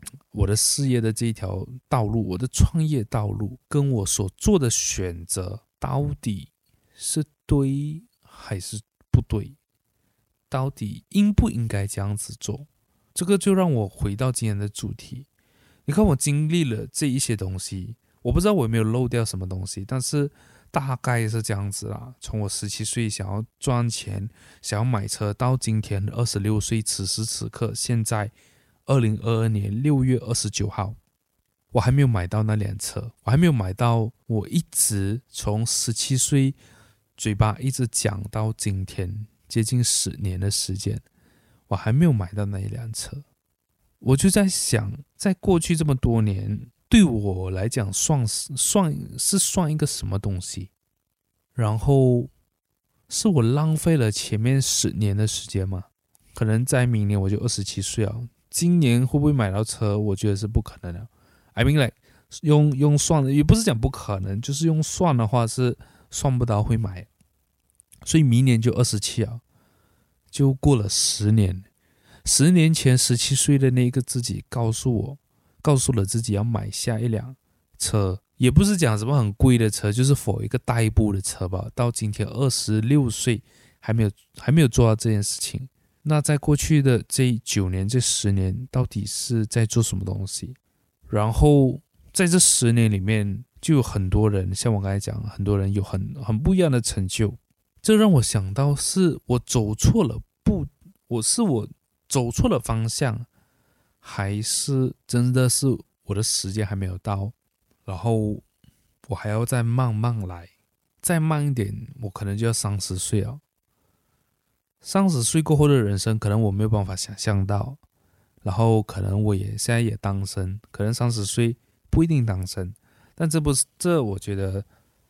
我的事业的这一条道路，我的创业道路，跟我所做的选择到底是对还是不对？到底应不应该这样子做？这个就让我回到今天的主题。你看我经历了这一些东西，我不知道我有没有漏掉什么东西，但是大概是这样子啦。从我17岁想要赚钱，想要买车，到今天26岁，此时此刻，现在2022年6月29号，我还没有买到那辆车，我还没有买到我一直从17岁嘴巴一直讲到今天接近10年的时间，我还没有买到那一辆车。我就在想，在过去这么多年，对我来讲算一个什么东西？然后是我浪费了前面10年的时间吗？可能在明年我就27岁了，今年会不会买到车？我觉得是不可能的。I mean like 用算的，也不是讲不可能，就是用算的话是算不到会买，所以明年就27了，就过了10年。10年前17岁的那个自己告诉了自己要买下一辆车，也不是讲什么很贵的车，就是 for 一个代步的车吧。到今天26岁还没有做到这件事情。那在过去的这9年这10年到底是在做什么东西？然后在这10年里面就有很多人，像我刚才讲，很多人有很不一样的成就。这让我想到是我走错了我走错了方向，还是真的是我的时间还没有到，然后我还要再慢慢来，再慢一点我可能就要30岁了。30岁过后的人生可能我没有办法想象到，然后可能我现在也单身，可能30岁不一定单身，但这我觉得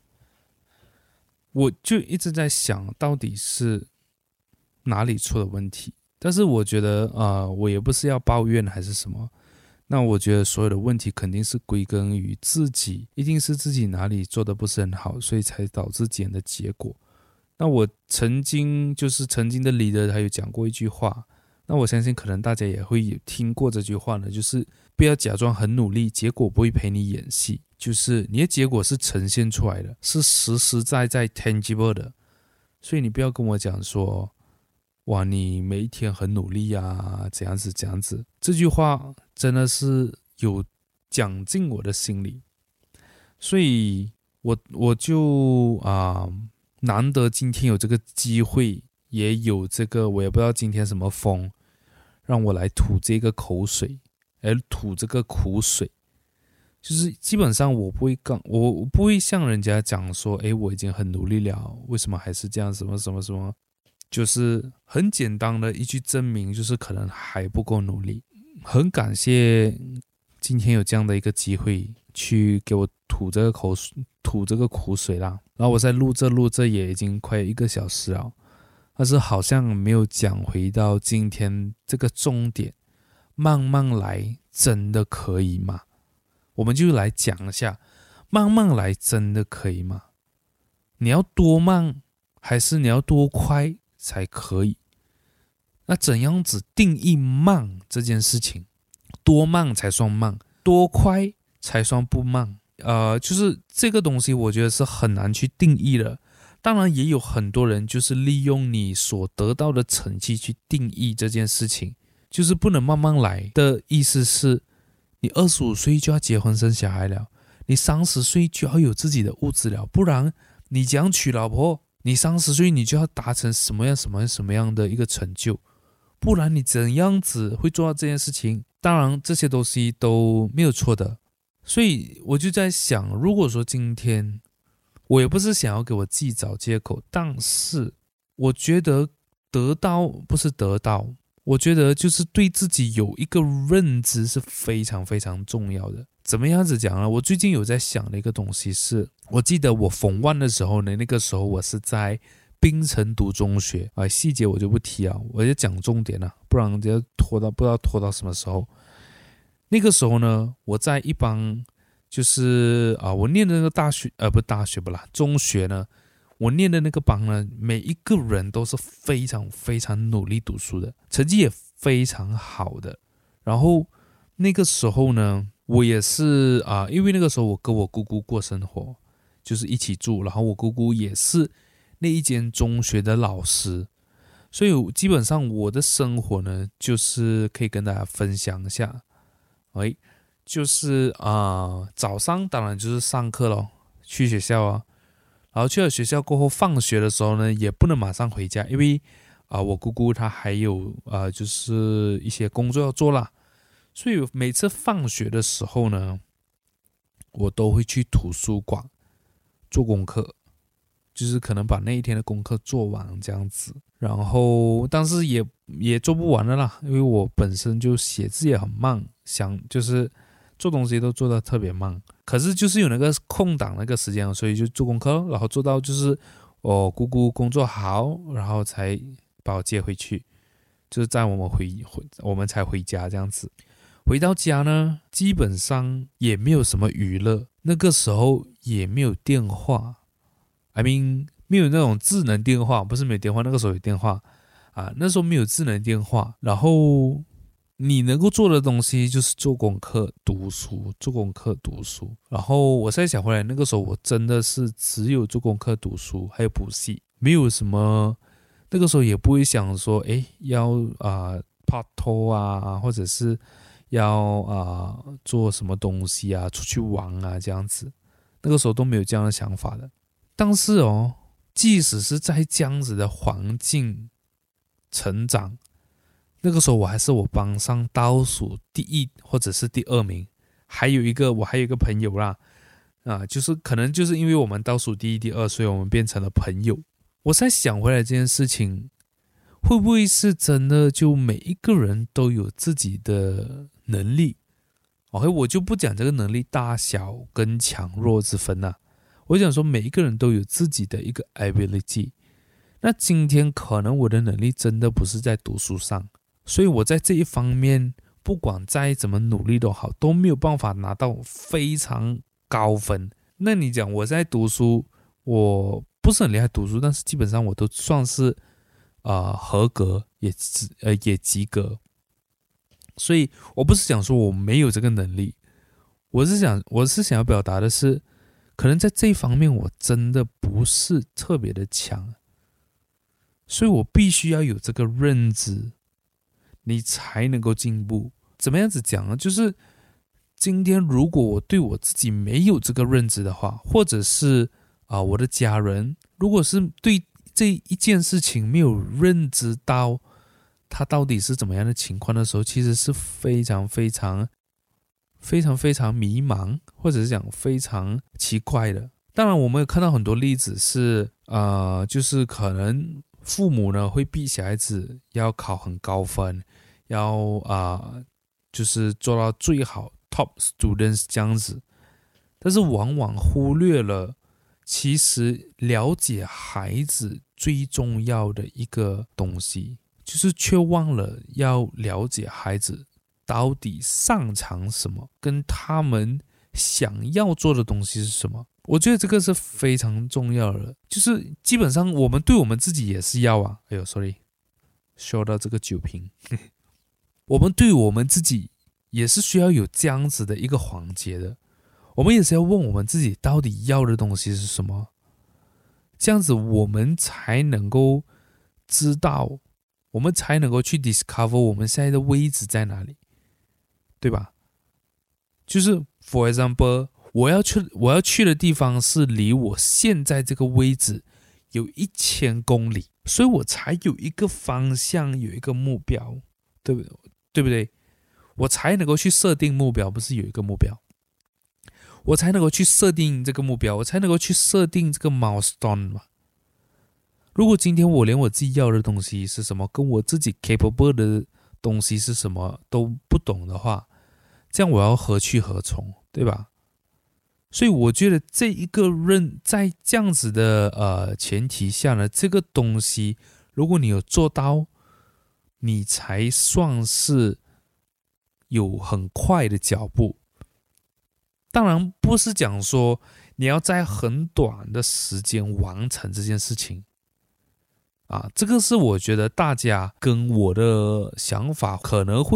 我就一直在想到底是哪里出了问题。但是我觉得我也不是要抱怨还是什么，那我觉得所有的问题肯定是归根于自己，一定是自己哪里做的不是很好，所以才导致这样的结果。那我曾经的 leader 他有讲过一句话，那我相信可能大家也会有听过这句话呢，就是不要假装很努力，结果不会陪你演戏，就是你的结果是呈现出来的，是实实在在 tangible 的。所以你不要跟我讲说哇，你每一天很努力啊，怎样子。这句话真的是有讲进我的心里，所以我就难得今天有这个机会，也有这个我也不知道今天什么风，让我来吐这个口水，吐这个苦水。就是基本上我不会向人家讲说，我已经很努力了，为什么还是这样什么，就是很简单的一句证明，就是可能还不够努力。很感谢今天有这样的一个机会去给我吐这个苦水啦。然后我在录这也已经快1个小时了，但是好像没有讲回到今天这个重点，慢慢来真的可以吗？我们就来讲一下，慢慢来真的可以吗？你要多慢还是你要多快才可以？那怎样子定义慢这件事情？多慢才算慢？多快才算不慢？就是这个东西我觉得是很难去定义的。当然也有很多人就是利用你所得到的成绩去定义这件事情，就是不能慢慢来的意思是你25岁就要结婚生小孩了，你30岁就要有自己的屋子了，不然你讲娶老婆，你30岁你就要达成什么样的一个成就，不然你怎样子会做到这件事情？当然这些东西都没有错的。所以我就在想，如果说今天我也不是想要给我自己找借口，但是我觉得我觉得就是对自己有一个认知是非常非常重要的。怎么样子讲呢？我最近有在想的一个东西是，我记得我Form 1的时候呢，那个时候我是在槟城读中学，细节我就不提了，我就讲重点了，不然就不知道拖到什么时候。那个时候呢，我在一帮就是我念的那个中学呢，我念的那个班呢，每一个人都是非常非常努力读书的，成绩也非常好的。然后那个时候呢，我也是因为那个时候我跟我姑姑过生活，就是一起住，然后我姑姑也是那一间中学的老师，所以基本上我的生活呢，就是可以跟大家分享一下。就是早上当然就是上课咯，去学校啊，然后去了学校过后，放学的时候呢，也不能马上回家，因为我姑姑她还有就是一些工作要做啦，所以每次放学的时候呢，我都会去图书馆做功课，就是可能把那一天的功课做完这样子，然后但是也做不完的啦，因为我本身就写字也很慢，就是做东西都做得特别慢，可是就是有那个空档那个时间，所以就做功课，然后做到就是我姑姑工作好，然后才把我接回去，就是在我们才回家这样子。回到家呢，基本上也没有什么娱乐，那个时候也没有电话，I mean 没有那种智能电话，不是没有电话，那个时候有电话那时候没有智能电话，然后你能够做的东西就是做功课、读书，做功课、读书。然后我现在想回来，那个时候我真的是只有做功课、读书，还有补习，没有什么。那个时候也不会想说，要拍拖啊，或者是要做什么东西啊，出去玩啊这样子。那个时候都没有这样的想法的。但是即使是在这样子的环境成长，那个时候我还是我班上倒数第一或者是第二名，我还有一个朋友啦，就是可能就是因为我们倒数第一第二，所以我们变成了朋友。我在想回来这件事情，会不会是真的就每一个人都有自己的能力？OK， 我就不讲这个能力大小跟强弱之分啦，我讲说每一个人都有自己的一个 ability。那今天可能我的能力真的不是在读书上，所以我在这一方面不管再怎么努力都好，都没有办法拿到非常高分。那你讲我在读书，我不是很厉害读书，但是基本上我都算是合格，也及格。所以我不是讲说我没有这个能力，我是想要表达的是，可能在这一方面我真的不是特别的强，所以我必须要有这个认知，你才能够进步。怎么样子讲呢？就是今天如果我对我自己没有这个认知的话，或者是我的家人如果是对这一件事情没有认知到它到底是怎么样的情况的时候，其实是非常非常非常非常迷茫，或者是讲非常奇怪的。当然我们有看到很多例子是就是可能父母呢会逼小孩子要考很高分，要就是做到最好 top students 这样子，但是往往忽略了其实了解孩子最重要的一个东西，就是却忘了要了解孩子到底擅长什么，跟他们想要做的东西是什么。我觉得这个是非常重要的，就是基本上我们对我们自己也是要说到这个酒瓶我们对我们自己也是需要有这样子的一个环节的，我们也是要问我们自己到底要的东西是什么，这样子我们才能够知道，我们才能够去 discover 我们现在的位置在哪里，对吧？就是 for example， 我要去的地方是离我现在这个位置有1000公里，所以我才有一个方向，有一个目标，对不对？我才能够去设定目标，不是有一个目标，我才能够去设定这个目标，我才能够去设定这个 milestone 嘛。如果今天我连我自己要的东西是什么，跟我自己 capable 的东西是什么都不懂的话，这样我要何去何从，对吧？所以我觉得这一个在这样子的前提下呢，这个东西如果你有做到，你才算是有很快的脚步。当然不是讲说你要在很短的时间完成这件事情这个是我觉得大家跟我的想法可能会有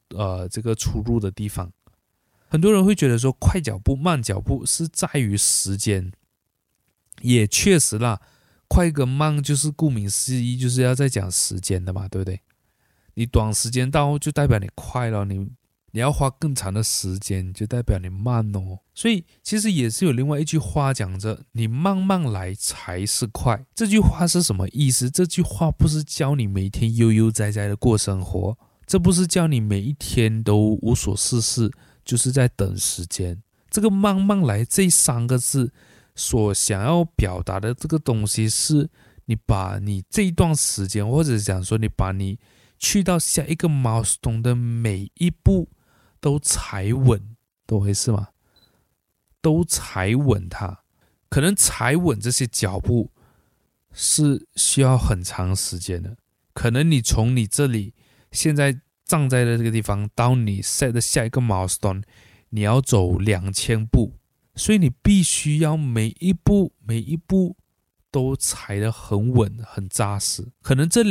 这个出入的地方。很多人会觉得说快脚步慢脚步是在于时间，也确实啦，快跟慢就是顾名思义就是要在讲时间的嘛，对不对？你短时间到就代表你快了，你要花更长的时间就代表你慢哦。所以其实也是有另外一句话讲着，你慢慢来才是快。这句话是什么意思？这句话不是教你每天悠悠哉哉的过生活，这不是叫你每一天都无所事事，就是在等时间。这个慢慢来这3个字所想要表达的这个东西，是你把你这一段时间，或者讲说你把你去到下一个 milestone 的每一步都踩稳，懂我意思吗？都踩稳它。可能踩稳这些脚步是需要很长时间的，可能你从你这里现在站在的这个地方到你 set 的下一个 milestone， 你要走2000步，所以你必须要每一步都踩得很稳很扎实。可能这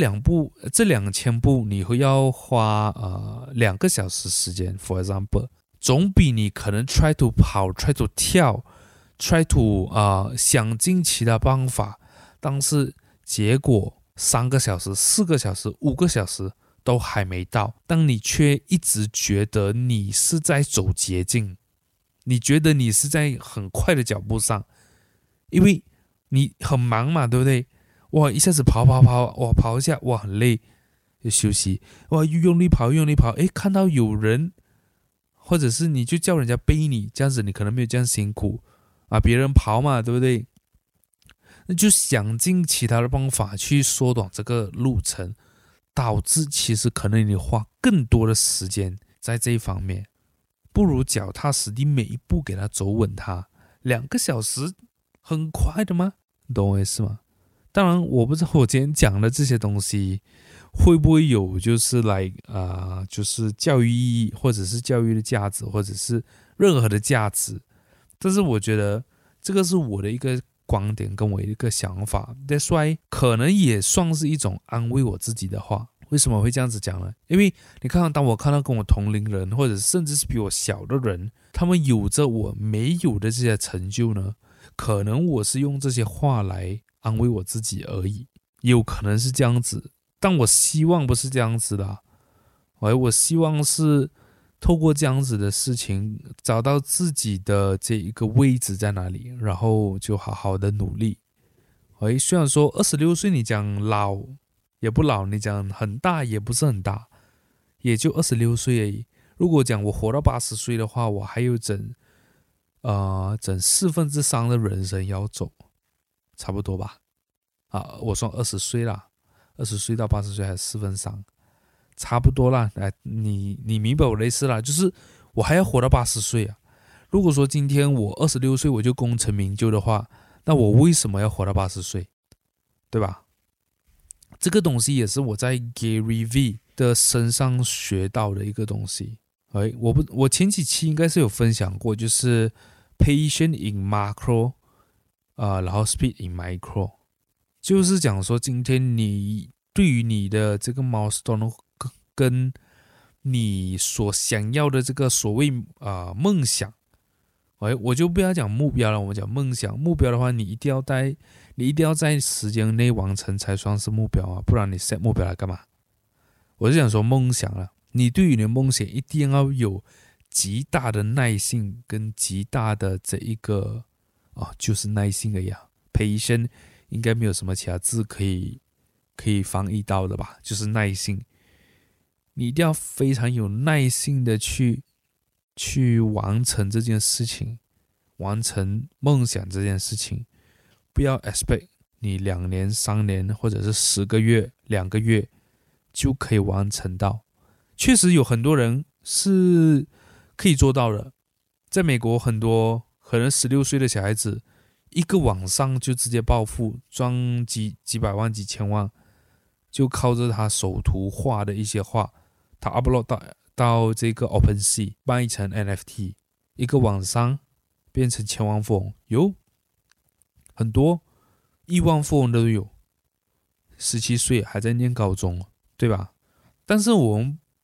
2000步你会要花2个小时时间 for example， 总比你可能 try to 跑 try to 跳 try to 想尽其他办法，但是结果3个小时4个小时5个小时都还没到，但你却一直觉得你是在走捷径，你觉得你是在很快的脚步上，因为你很忙嘛，对不对？哇，一下子跑，哇，跑一下，哇，很累，就休息，哇，又用力跑，诶，看到有人，或者是你就叫人家背你，这样子你可能没有这样辛苦啊，别人跑嘛，对不对？那就想尽其他的办法去缩短这个路程，导致其实可能你花更多的时间在这一方面，不如脚踏实地每一步给它走稳它。2个小时很快的吗？你懂我意思吗？当然我不知道我今天讲的这些东西会不会有就是就是教育意义，或者是教育的价值，或者是任何的价值，但是我觉得这个是我的一个观点跟我一个想法， That's why 可能也算是一种安慰我自己的话。为什么会这样子讲呢？因为你看，当我看到跟我同龄人，或者甚至是比我小的人，他们有着我没有的这些成就呢，可能我是用这些话来安慰我自己而已，有可能是这样子，但我希望不是这样子的。我希望是透过这样子的事情找到自己的这一个位置在哪里，然后就好好的努力。虽然说26岁你讲老也不老，你讲很大也不是很大，也就26岁而已。如果讲我活到80岁的话，我还有整3/4的人生要走，差不多吧。我算20岁啦，20岁到80岁还是3/4，差不多啦。你明白我的意思啦，就是我还要活到80岁啊。如果说今天我26岁我就功成名就的话，那我为什么要活到80岁？对吧？这个东西也是我在 Gary V 的身上学到的一个东西。我前几期应该是有分享过，就是 patient in macro，然后 speed in micro， 就是讲说今天你对于你的这个 milestone 跟你所想要的这个所谓梦想，我就不要讲目标了，我们讲梦想。目标的话，你一定要在时间内完成才算是目标啊，不然你 set 目标来干嘛？我是想说梦想了，你对于你的梦想一定要有极大的耐性跟极大的这一个就是耐性而已啊。patient 应该没有什么其他字可以翻译到的吧，就是耐性。你一定要非常有耐性的去完成这件事情，完成梦想这件事情。不要 expect 你2年3年或者是10个月2个月就可以完成到。确实有很多人是可以做到的，在美国很多可能16岁的小孩子一个晚上就直接暴富，赚几百万几千万，就靠着他手图画的一些画，他 upload 到这个 OpenSea 卖成 NFT， 一个晚上变成千万富翁，有很多亿万富翁都有，17岁还在念高中，对吧？但是我们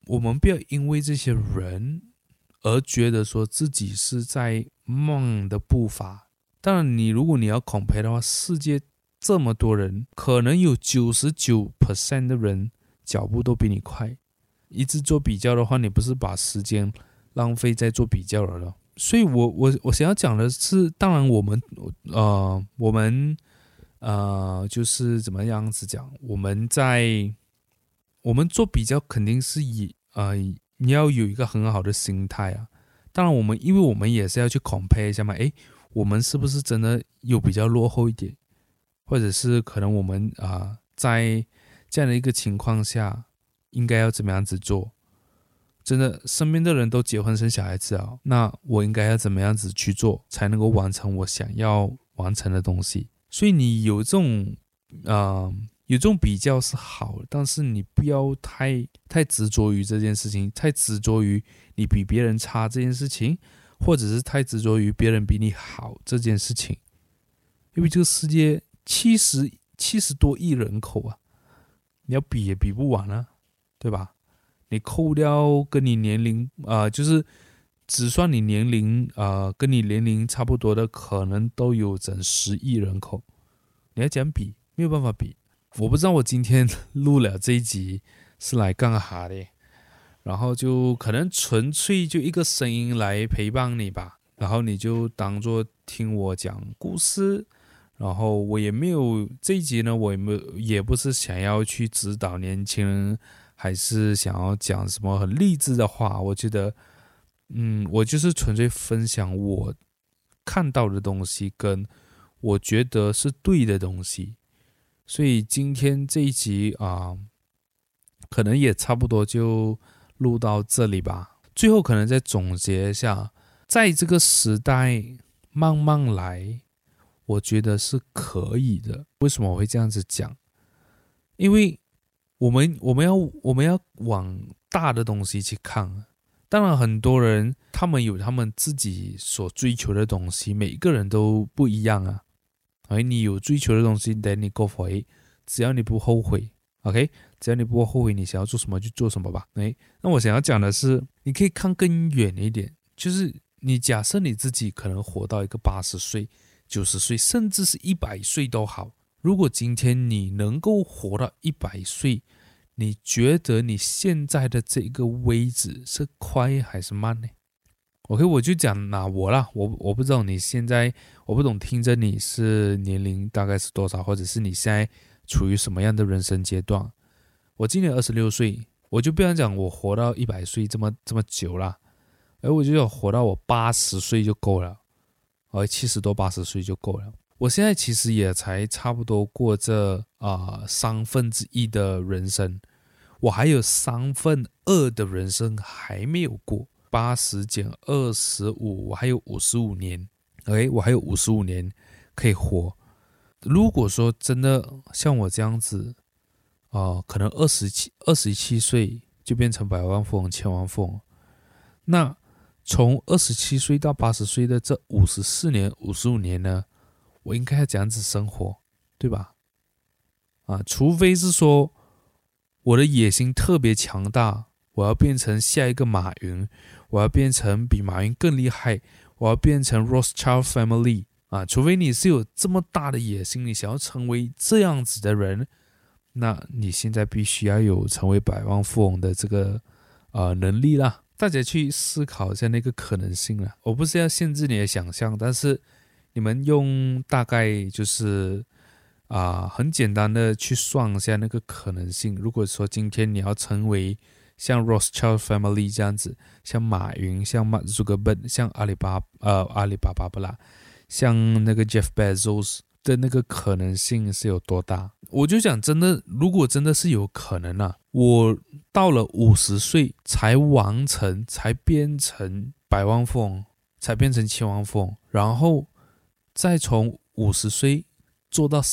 我们不要因为这些人而觉得说自己是在慢的步伐。当然如果你要 compare 的话，世界这么多人，可能有 99% 的人脚步都比你快。一直做比较的话，你不是把时间浪费在做比较了。所以我想要讲的是，当然我们就是怎么样子讲，我们做比较肯定是你要有一个很好的心态啊。当然因为我们也是要去 compare 一下嘛，我们是不是真的有比较落后一点，或者是可能我们在这样的一个情况下应该要怎么样子做。真的身边的人都结婚生小孩子啊，那我应该要怎么样子去做才能够完成我想要完成的东西。所以你有这种比较是好的，但是你不要太执着于这件事情，太执着于你比别人差这件事情，或者是太执着于别人比你好这件事情。因为这个世界70多亿人口啊，你要比也比不完啊，对吧？你扣掉跟你年龄就是只算你年龄跟你年龄差不多的，可能都有整10亿人口。你要讲比，没有办法比。我不知道我今天录了这一集是来干哈的，然后就可能纯粹就一个声音来陪伴你吧，然后你就当作听我讲故事。然后我也没有这一集呢，我也不是想要去指导年轻人，还是想要讲什么很励志的话。我觉得我就是纯粹分享我看到的东西，跟我觉得是对的东西。所以今天这一集可能也差不多就录到这里吧。最后可能再总结一下，在这个时代慢慢来，我觉得是可以的。为什么我会这样子讲？因为我们要往大的东西去看。当然很多人他们有他们自己所追求的东西，每个人都不一样啊。你有追求的东西 then 你 go for it， 只要你不后悔 OK， 只要你不后悔，你想要做什么就做什么吧。那我想要讲的是，你可以看更远一点，就是你假设你自己可能活到一个80岁90岁，甚至是100岁都好。如果今天你能够活到100岁，你觉得你现在的这个位置是快还是慢呢？ OK， 我就讲我啦，我不知道你现在，我不懂听着你是年龄大概是多少，或者是你现在处于什么样的人生阶段。我今年26岁，我就不要讲我活到100岁这么久啦，我就要活到我80岁就够了，70多80岁就够了。我现在其实也才差不多过这1/3的人生，我还有2/3的人生还没有过。80减25，我还有55年。我还有55年可以活。如果说真的像我这样子可能27岁就变成百万富翁、千万富翁，那从27岁到80岁的这54年、55年呢，我应该要这样子生活，对吧？除非是说我的野心特别强大，我要变成下一个马云，我要变成比马云更厉害，我要变成 Rothschild Family 除非你是有这么大的野心，你想要成为这样子的人，那你现在必须要有成为百万富翁的这个能力啦。大家去思考一下那个可能性啦。我不是要限制你的想象，但是你们用大概就是很简单的去算一下那个可能性。如果说今天你要成为像 Rothschild Family 这样子，像马云，像 Mark Zuckerberg， 像阿里巴巴不啦，像那个 Jeff Bezos 的那个可能性是有多大？我就讲真的，如果真的是有可能我到了50岁才完成，才变成百万富翁，才变成千万富翁，然后再从50岁做到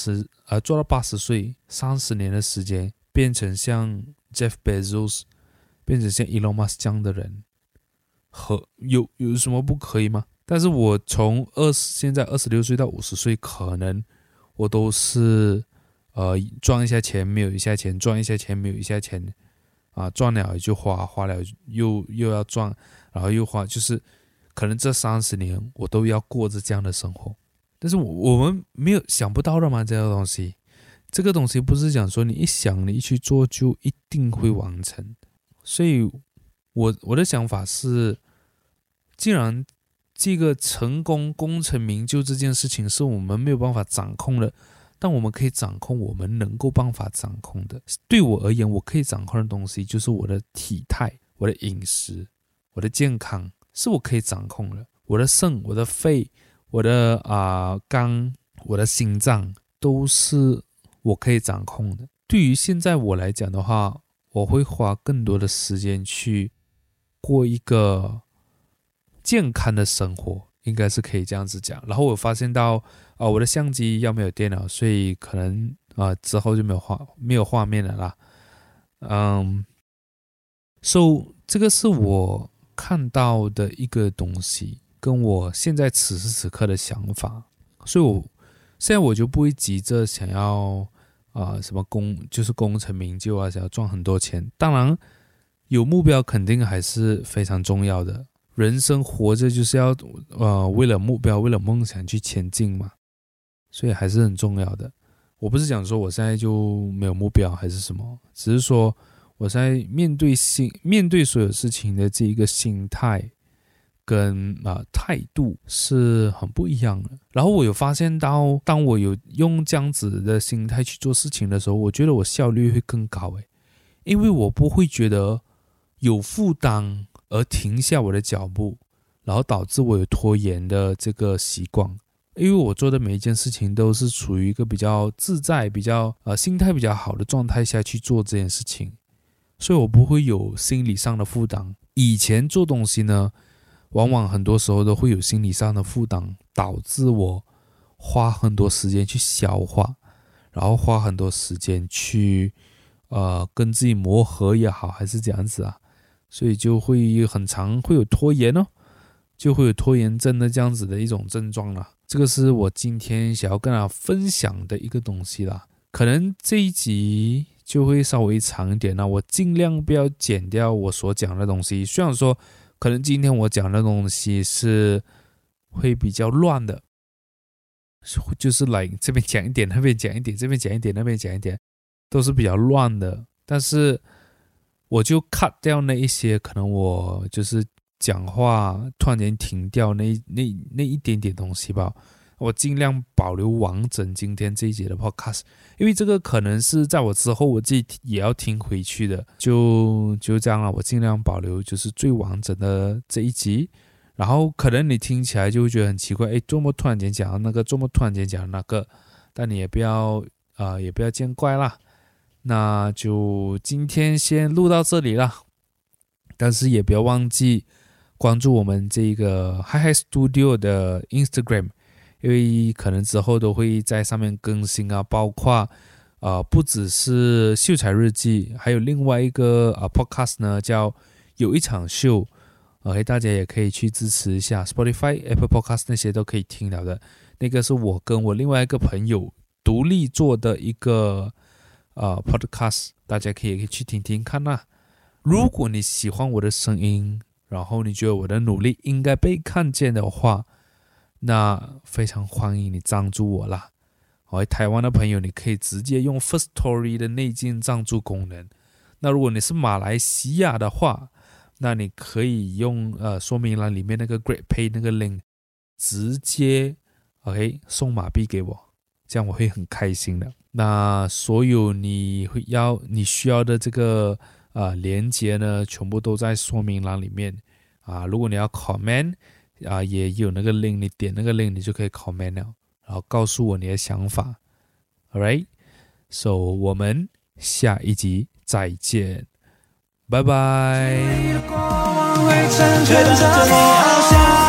80岁，30年的时间变成像 Jeff Bezos， 变成像 Elon Musk 这样的人，有什么不可以吗？但是我从现在26岁到50岁，可能我都是赚一下钱没有一下钱，赚一下钱没有一下钱赚了就花，花了又要赚，然后又花，就是可能这30年我都要过着这样的生活。但是我们没有想不到的嘛，这个东西，这个东西不是讲说你一想你一去做就一定会完成。所以我的想法是，既然这个成功功成名就这件事情是我们没有办法掌控的，但我们可以掌控我们能够办法掌控的。对我而言，我可以掌控的东西就是我的体态、我的饮食、我的健康，是我可以掌控的。我的肾、我的肺、我的肝、我的心脏都是我可以掌控的。对于现在我来讲的话，我会花更多的时间去过一个健康的生活，应该是可以这样子讲。然后我发现到我的相机要没有电脑，所以可能之后就没有画面了啦。So 这个是我看到的一个东西，跟我现在此时此刻的想法。所以现在我就不会急着想要什么就是功成名就啊，想要赚很多钱。当然有目标肯定还是非常重要的，人生活着就是要为了目标、为了梦想去前进嘛，所以还是很重要的。我不是讲说我现在就没有目标还是什么，只是说我现在面对所有事情的这一个心态跟态度是很不一样的。然后我有发现到，当我有用这样子的心态去做事情的时候，我觉得我效率会更高因为我不会觉得有负担而停下我的脚步，然后导致我有拖延的这个习惯。因为我做的每一件事情都是处于一个比较自在、比较心态比较好的状态下去做这件事情，所以我不会有心理上的负担。以前做东西呢，往往很多时候都会有心理上的负担，导致我花很多时间去消化，然后花很多时间去跟自己磨合也好，还是这样子所以就会很常会有拖延就会有拖延症的这样子的一种症状啦。这个是我今天想要跟大家分享的一个东西啦。可能这一集就会稍微长一点啦，我尽量不要剪掉我所讲的东西。虽然说可能今天我讲的东西是会比较乱的，就是来这边讲一点，那边讲一点，这边讲一点，那边讲一点，都是比较乱的。但是我就 cut 掉那一些可能我就是讲话突然间停掉那一点点东西吧，我尽量保留完整今天这一节的 podcast， 因为这个可能是在我之后我自己也要听回去的，就这样了。我尽量保留就是最完整的这一集，然后可能你听起来就会觉得很奇怪，这么突然间讲那个，这么突然间讲那个，但你也不要见怪啦。那就今天先录到这里啦，但是也不要忘记关注我们这个 Hi Studio 的 Instagram， 因为可能之后都会在上面更新包括不只是秀才日记，还有另外一个podcast 呢，叫有一场秀大家也可以去支持一下 Spotify、Apple Podcast 那些都可以听到的。那个是我跟我另外一个朋友独立做的一个podcast， 大家可以去听听看啦。如果你喜欢我的声音，然后你觉得我的努力应该被看见的话，那非常欢迎你赞助我啦。台湾的朋友，你可以直接用 Firstory 的内建赞助功能。那如果你是马来西亚的话，那你可以用说明栏里面那个 Great Pay 那个 link 直接送马币给我，这样我会很开心的。那所有你需要的这个连结呢，全部都在说明栏里面如果你要 comment也有那个 link， 你点那个 link 你就可以 comment 了，然后告诉我你的想法。 Alright， So 我们下一集再见，拜拜。